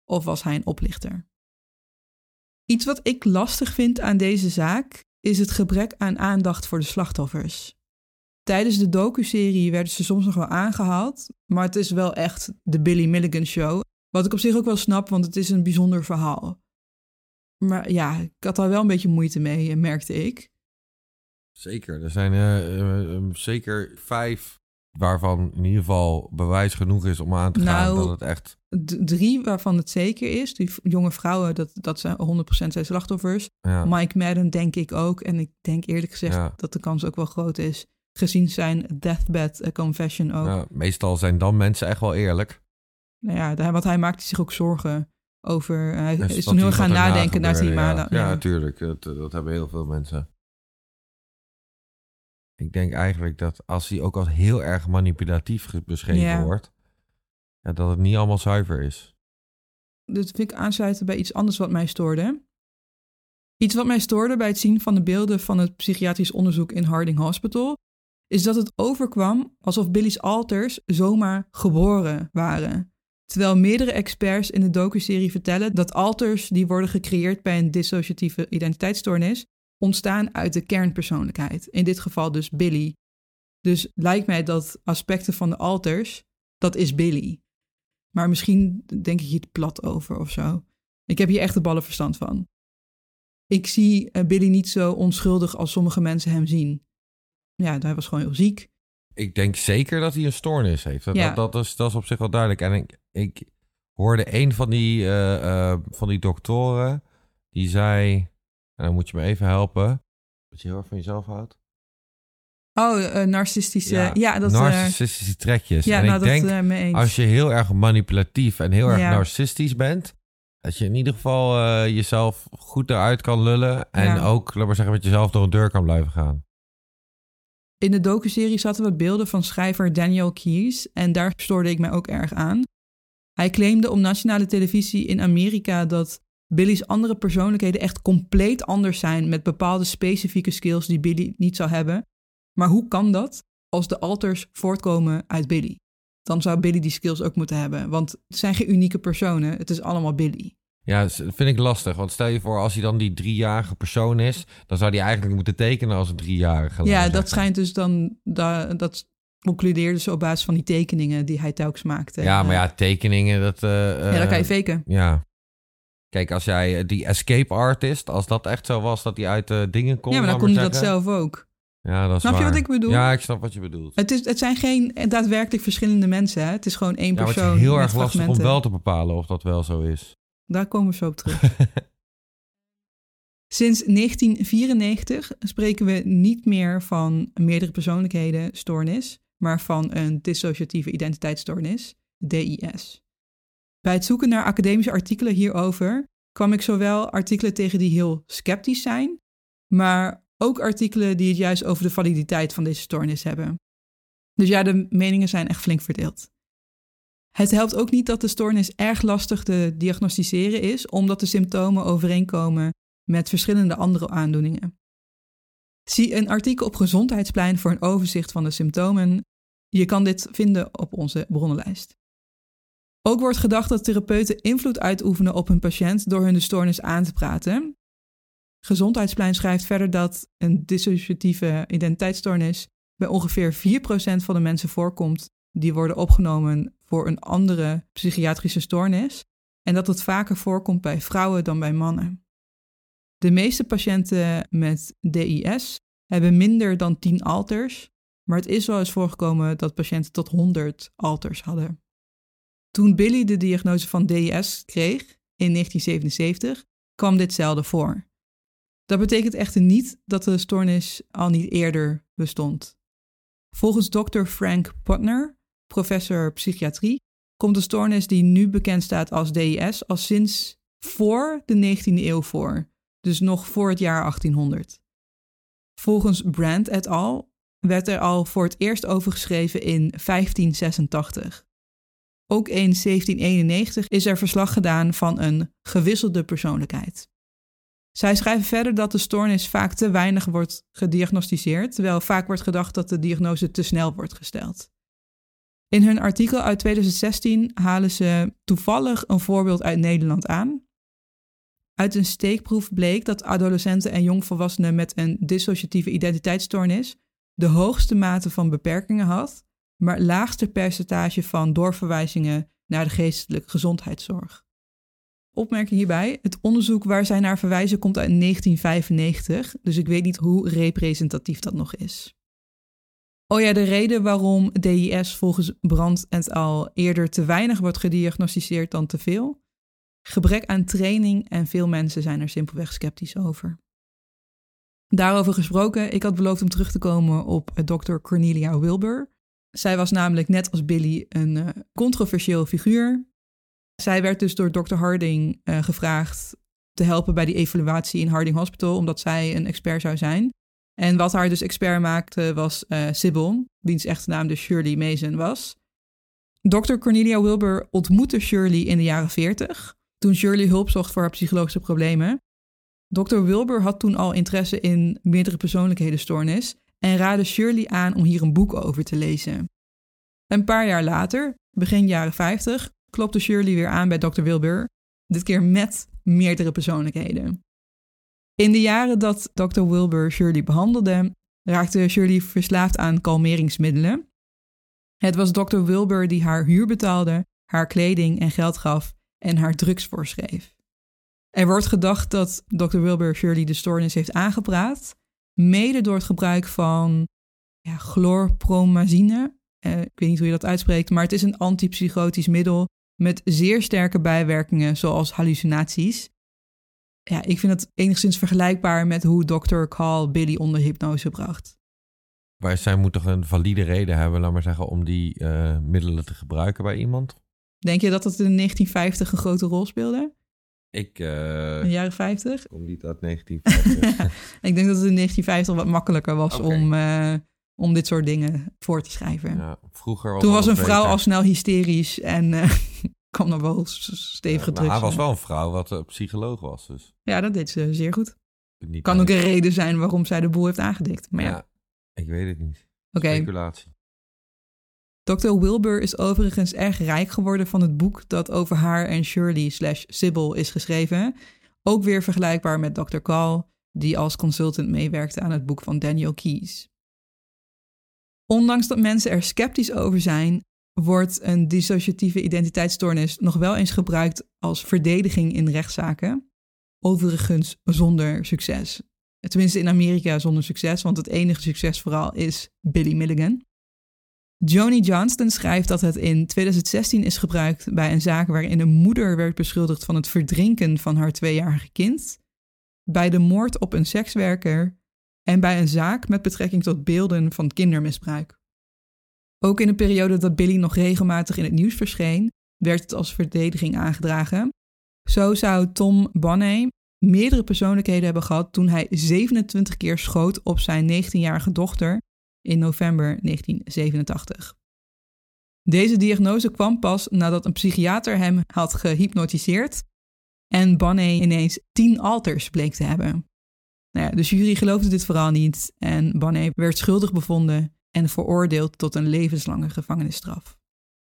A: of was hij een oplichter? Iets wat ik lastig vind aan deze zaak is het gebrek aan aandacht voor de slachtoffers. Tijdens de docuserie werden ze soms nog wel aangehaald, maar het is wel echt de Billy Milligan show. Wat ik op zich ook wel snap, want het is een bijzonder verhaal. Maar ja, ik had daar wel een beetje moeite mee, merkte ik.
B: Zeker, er zijn uh, uh, uh, zeker vijf waarvan in ieder geval bewijs genoeg is om aan te gaan
A: nou,
B: dat het echt...
A: D- drie waarvan het zeker is. Die jonge vrouwen, dat, dat zijn honderd procent zijn slachtoffers.
B: Ja.
A: Mike Madden denk ik ook. En ik denk eerlijk gezegd ja. dat de kans ook wel groot is. Gezien zijn deathbed confession ook.
B: Ja, meestal zijn dan mensen echt wel eerlijk.
A: Nou ja, want hij maakte zich ook zorgen over... Hij
B: dus
A: is toen heel gaan nadenken naar die maanden.
B: Ja, natuurlijk. Ja, dat, dat hebben heel veel mensen. Ik denk eigenlijk dat als hij ook als heel erg manipulatief beschreven ja. wordt... Ja, dat het niet allemaal zuiver is.
A: Dat vind ik aansluiten bij iets anders wat mij stoorde. Iets wat mij stoorde bij het zien van de beelden van het psychiatrisch onderzoek in Harding Hospital... is dat het overkwam alsof Billy's alters zomaar geboren waren. Terwijl meerdere experts in de docuserie vertellen dat alters die worden gecreëerd bij een dissociatieve identiteitsstoornis ontstaan uit de kernpersoonlijkheid. In dit geval dus Billy. Dus lijkt mij dat aspecten van de alters, dat is Billy. Maar misschien denk ik hier te plat over of zo. Ik heb hier echt de ballenverstand van. Ik zie Billy niet zo onschuldig als sommige mensen hem zien. Ja, hij was gewoon heel ziek.
B: Ik denk zeker dat hij een stoornis heeft. Dat,
A: ja.
B: dat, dat, is, dat is op zich wel duidelijk. En ik, ik hoorde een van die, uh, uh, van die doktoren, die zei, en dan moet je me even helpen, dat je heel erg van jezelf houdt.
A: Oh, uh, narcistische...
B: Ja,
A: ja dat,
B: narcistische uh, trekjes.
A: Ja,
B: en
A: nou,
B: ik
A: dat,
B: denk,
A: uh, mee eens.
B: als je heel erg manipulatief en heel erg
A: ja.
B: narcistisch bent, dat je in ieder geval uh, jezelf goed eruit kan lullen en
A: ja.
B: ook, laat maar zeggen, met jezelf door een deur kan blijven gaan.
A: In de docuserie zaten we beelden van schrijver Daniel Keyes en daar stoorde ik mij ook erg aan. Hij claimde op nationale televisie in Amerika dat Billy's andere persoonlijkheden echt compleet anders zijn met bepaalde specifieke skills die Billy niet zou hebben. Maar hoe kan dat als de alters voortkomen uit Billy? Dan zou Billy die skills ook moeten hebben, want het zijn geen unieke personen, het is allemaal Billy.
B: Ja, dat vind ik lastig. Want stel je voor, als hij dan die driejarige persoon is, dan zou hij eigenlijk moeten tekenen als een driejarige.
A: Ja, dat schijnt dus dan, dat, dat concludeerde ze op basis van die tekeningen die hij telkens maakte.
B: Ja, maar ja, tekeningen, dat... Uh,
A: ja, dat kan je faken.
B: Ja. Kijk, als jij die escape artist, als dat echt zo was dat hij uit uh, dingen kon...
A: Ja, maar dan kon hij dat zelf ook.
B: Ja, dat is
A: snap
B: waar.
A: je wat ik bedoel?
B: Ja, ik snap wat je bedoelt.
A: Het, is, het zijn geen daadwerkelijk verschillende mensen, hè? Het is gewoon één
B: ja,
A: persoon.
B: Ja, het is heel erg
A: lastig
B: fragmenten. om wel te bepalen of dat wel zo is.
A: Daar komen we zo op terug. Sinds negentien vierennegentig spreken we niet meer van meerdere persoonlijkheden stoornis, maar van een dissociatieve identiteitsstoornis, D I S. Bij het zoeken naar academische artikelen hierover kwam ik zowel artikelen tegen die heel sceptisch zijn, maar ook artikelen die het juist over de validiteit van deze stoornis hebben. Dus ja, de meningen zijn echt flink verdeeld. Het helpt ook niet dat de stoornis erg lastig te diagnosticeren is, omdat de symptomen overeenkomen met verschillende andere aandoeningen. Zie een artikel op Gezondheidsplein voor een overzicht van de symptomen. Je kan dit vinden op onze bronnenlijst. Ook wordt gedacht dat therapeuten invloed uitoefenen op hun patiënt door hun de stoornis aan te praten. Gezondheidsplein schrijft verder dat een dissociatieve identiteitsstoornis bij ongeveer vier procent van de mensen voorkomt die worden opgenomen voor een andere psychiatrische stoornis en dat het vaker voorkomt bij vrouwen dan bij mannen. De meeste patiënten met D I S hebben minder dan tien alters, maar het is wel eens voorgekomen dat patiënten tot honderd alters hadden. Toen Billy de diagnose van D I S kreeg in negentien zevenenzeventig, kwam dit zelden voor. Dat betekent echter niet dat de stoornis al niet eerder bestond. Volgens dokter Frank Putner, professor psychiatrie, komt de stoornis die nu bekend staat als D I S al sinds voor de negentiende eeuw voor, dus nog voor het jaar achttienhonderd. Volgens Brand et al. Werd er al voor het eerst over geschreven in vijftien zesentachtig. Ook in zeventien eenennegentig is er verslag gedaan van een gewisselde persoonlijkheid. Zij schrijven verder dat de stoornis vaak te weinig wordt gediagnosticeerd, terwijl vaak wordt gedacht dat de diagnose te snel wordt gesteld. In hun artikel uit twintig zestien halen ze toevallig een voorbeeld uit Nederland aan. Uit een steekproef bleek dat adolescenten en jongvolwassenen met een dissociatieve identiteitsstoornis de hoogste mate van beperkingen had, maar het laagste percentage van doorverwijzingen naar de geestelijke gezondheidszorg. Opmerking hierbij, het onderzoek waar zij naar verwijzen komt uit negentien vijfennegentig, dus ik weet niet hoe representatief dat nog is. Oh ja, de reden waarom D I S volgens Brandt et al. Eerder te weinig wordt gediagnosticeerd dan te veel? Gebrek aan training en veel mensen zijn er simpelweg sceptisch over. Daarover gesproken, ik had beloofd om terug te komen op dokter Cornelia Wilbur. Zij was namelijk net als Billy een uh, controversieel figuur. Zij werd dus door dokter Harding uh, gevraagd te helpen bij die evaluatie in Harding Hospital, omdat zij een expert zou zijn. En wat haar dus expert maakte was uh, Sybil, wiens echte naam dus Shirley Mason was. dokter Cornelia Wilbur ontmoette Shirley in de jaren veertig, toen Shirley hulp zocht voor haar psychologische problemen. dokter Wilbur had toen al interesse in meerdere persoonlijkhedenstoornis en raadde Shirley aan om hier een boek over te lezen. Een paar jaar later, begin jaren vijftig, klopte Shirley weer aan bij dokter Wilbur, dit keer met meerdere persoonlijkheden. In de jaren dat dokter Wilbur Shirley behandelde, raakte Shirley verslaafd aan kalmeringsmiddelen. Het was dokter Wilbur die haar huur betaalde, haar kleding en geld gaf en haar drugs voorschreef. Er wordt gedacht dat dokter Wilbur Shirley de stoornis heeft aangepraat, mede door het gebruik van ja, chlorpromazine. Uh, ik weet niet hoe je dat uitspreekt, maar het is een antipsychotisch middel met zeer sterke bijwerkingen, zoals hallucinaties. Ja, ik vind het enigszins vergelijkbaar met hoe dokter Call Billy onder hypnose bracht.
B: Maar zij moet toch een valide reden hebben, laat maar zeggen, om die uh, middelen te gebruiken bij iemand?
A: Denk je dat dat in negentien vijftig een grote rol speelde?
B: Ik... Uh,
A: in de jaren vijftig?
B: Kom niet uit negentien vijftig.
A: Ik denk dat het in negentien vijftig wat makkelijker was
B: okay.
A: om, uh, om dit soort dingen voor te schrijven.
B: Ja, vroeger was
A: Toen was een vrouw
B: beter.
A: al snel hysterisch en uh, kwam nog wel stevige
B: ja,
A: drugs.
B: Hij was wel een vrouw wat uh, psycholoog was. Dus.
A: Ja, dat deed ze zeer goed.
B: Niet
A: kan
B: uit.
A: ook een reden zijn waarom zij de boel heeft aangedikt. Maar ja,
B: ja ik weet het niet.
A: Okay.
B: Speculatie.
A: dokter Wilbur is overigens erg rijk geworden van het boek dat over haar en Shirley slash Sybil is geschreven. Ook weer vergelijkbaar met dokter Call, die als consultant meewerkte aan het boek van Daniel Keyes. Ondanks dat mensen er sceptisch over zijn, wordt een dissociatieve identiteitsstoornis nog wel eens gebruikt als verdediging in rechtszaken. Overigens zonder succes. Tenminste in Amerika zonder succes, want het enige succes vooral is Billy Milligan. Joni Johnston schrijft dat het in twintig zestien is gebruikt bij een zaak waarin een moeder werd beschuldigd van het verdrinken van haar tweejarige kind, bij de moord op een sekswerker en bij een zaak met betrekking tot beelden van kindermisbruik. Ook in de periode dat Billy nog regelmatig in het nieuws verscheen, werd het als verdediging aangedragen. Zo zou Tom Bonney meerdere persoonlijkheden hebben gehad toen hij zevenentwintig keer schoot op zijn negentienjarige dochter in november negentien zevenentachtig. Deze diagnose kwam pas nadat een psychiater hem had gehypnotiseerd en Bonney ineens tien alters bleek te hebben. Nou ja, de jury geloofde dit vooral niet en Bonney werd schuldig bevonden en veroordeeld tot een levenslange gevangenisstraf.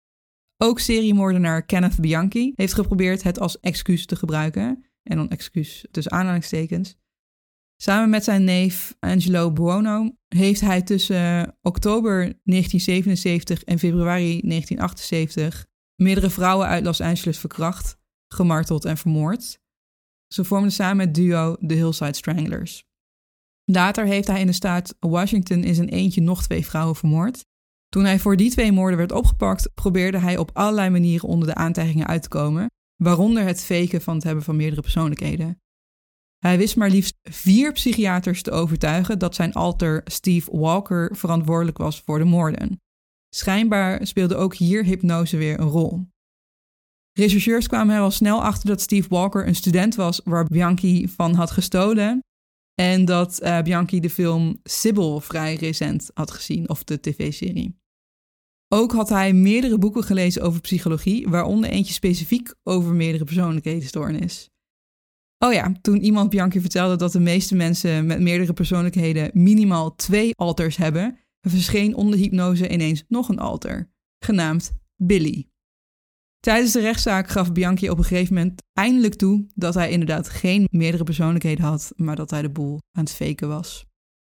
A: Ook seriemoordenaar Kenneth Bianchi heeft geprobeerd het als excuus te gebruiken, en dan excuus tussen aanhalingstekens. Samen met zijn neef Angelo Buono heeft hij tussen oktober negentien zevenenzeventig en februari negentien achtenzeventig meerdere vrouwen uit Los Angeles verkracht, gemarteld en vermoord. Ze vormden samen het duo The Hillside Stranglers. Later heeft hij in de staat Washington in zijn eentje nog twee vrouwen vermoord. Toen hij voor die twee moorden werd opgepakt, probeerde hij op allerlei manieren onder de aantijgingen uit te komen, waaronder het faken van het hebben van meerdere persoonlijkheden. Hij wist maar liefst vier psychiaters te overtuigen dat zijn alter Steve Walker verantwoordelijk was voor de moorden. Schijnbaar speelde ook hier hypnose weer een rol. Rechercheurs kwamen er al snel achter dat Steve Walker een student was waar Bianchi van had gestolen en dat uh, Bianchi de film Sybil vrij recent had gezien, of de tv-serie. Ook had hij meerdere boeken gelezen over psychologie, waaronder eentje specifiek over meerdere persoonlijkheidsstoornis. Oh ja, toen iemand Bianchi vertelde dat de meeste mensen met meerdere persoonlijkheden minimaal twee alters hebben, verscheen onder hypnose ineens nog een alter. genaamd Billy. Tijdens de rechtszaak gaf Bianchi op een gegeven moment eindelijk toe dat hij inderdaad geen meerdere persoonlijkheden had, maar dat hij de boel aan het faken was.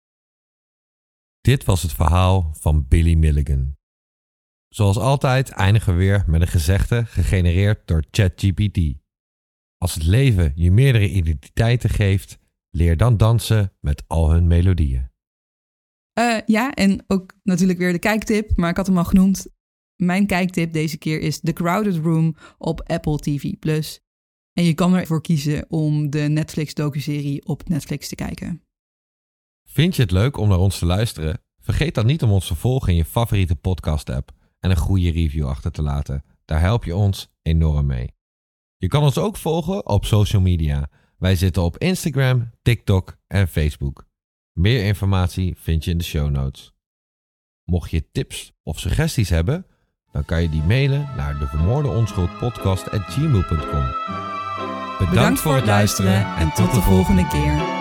B: Dit was het verhaal van Billy Milligan. Zoals altijd eindigen we weer met een gezegde gegenereerd door ChatGPT. Als het leven je meerdere identiteiten geeft, leer dan dansen met al hun melodieën.
A: Uh, ja, en ook natuurlijk weer de kijktip, maar ik had hem al genoemd. Mijn kijktip deze keer is The Crowded Room op Apple T V plus. En je kan ervoor kiezen om de Netflix docuserie op Netflix te kijken.
B: Vind je het leuk om naar ons te luisteren? Vergeet dan niet om ons te volgen in je favoriete podcast-app en een goede review achter te laten. Daar help je ons enorm mee. Je kan ons ook volgen op social media. Wij zitten op Instagram, TikTok en Facebook. Meer informatie vind je in de show notes. Mocht je tips of suggesties hebben, dan kan je die mailen naar de vermoorde onschuld podcast at gmail dot com. Bedankt, Bedankt voor het luisteren en tot de volgende keer.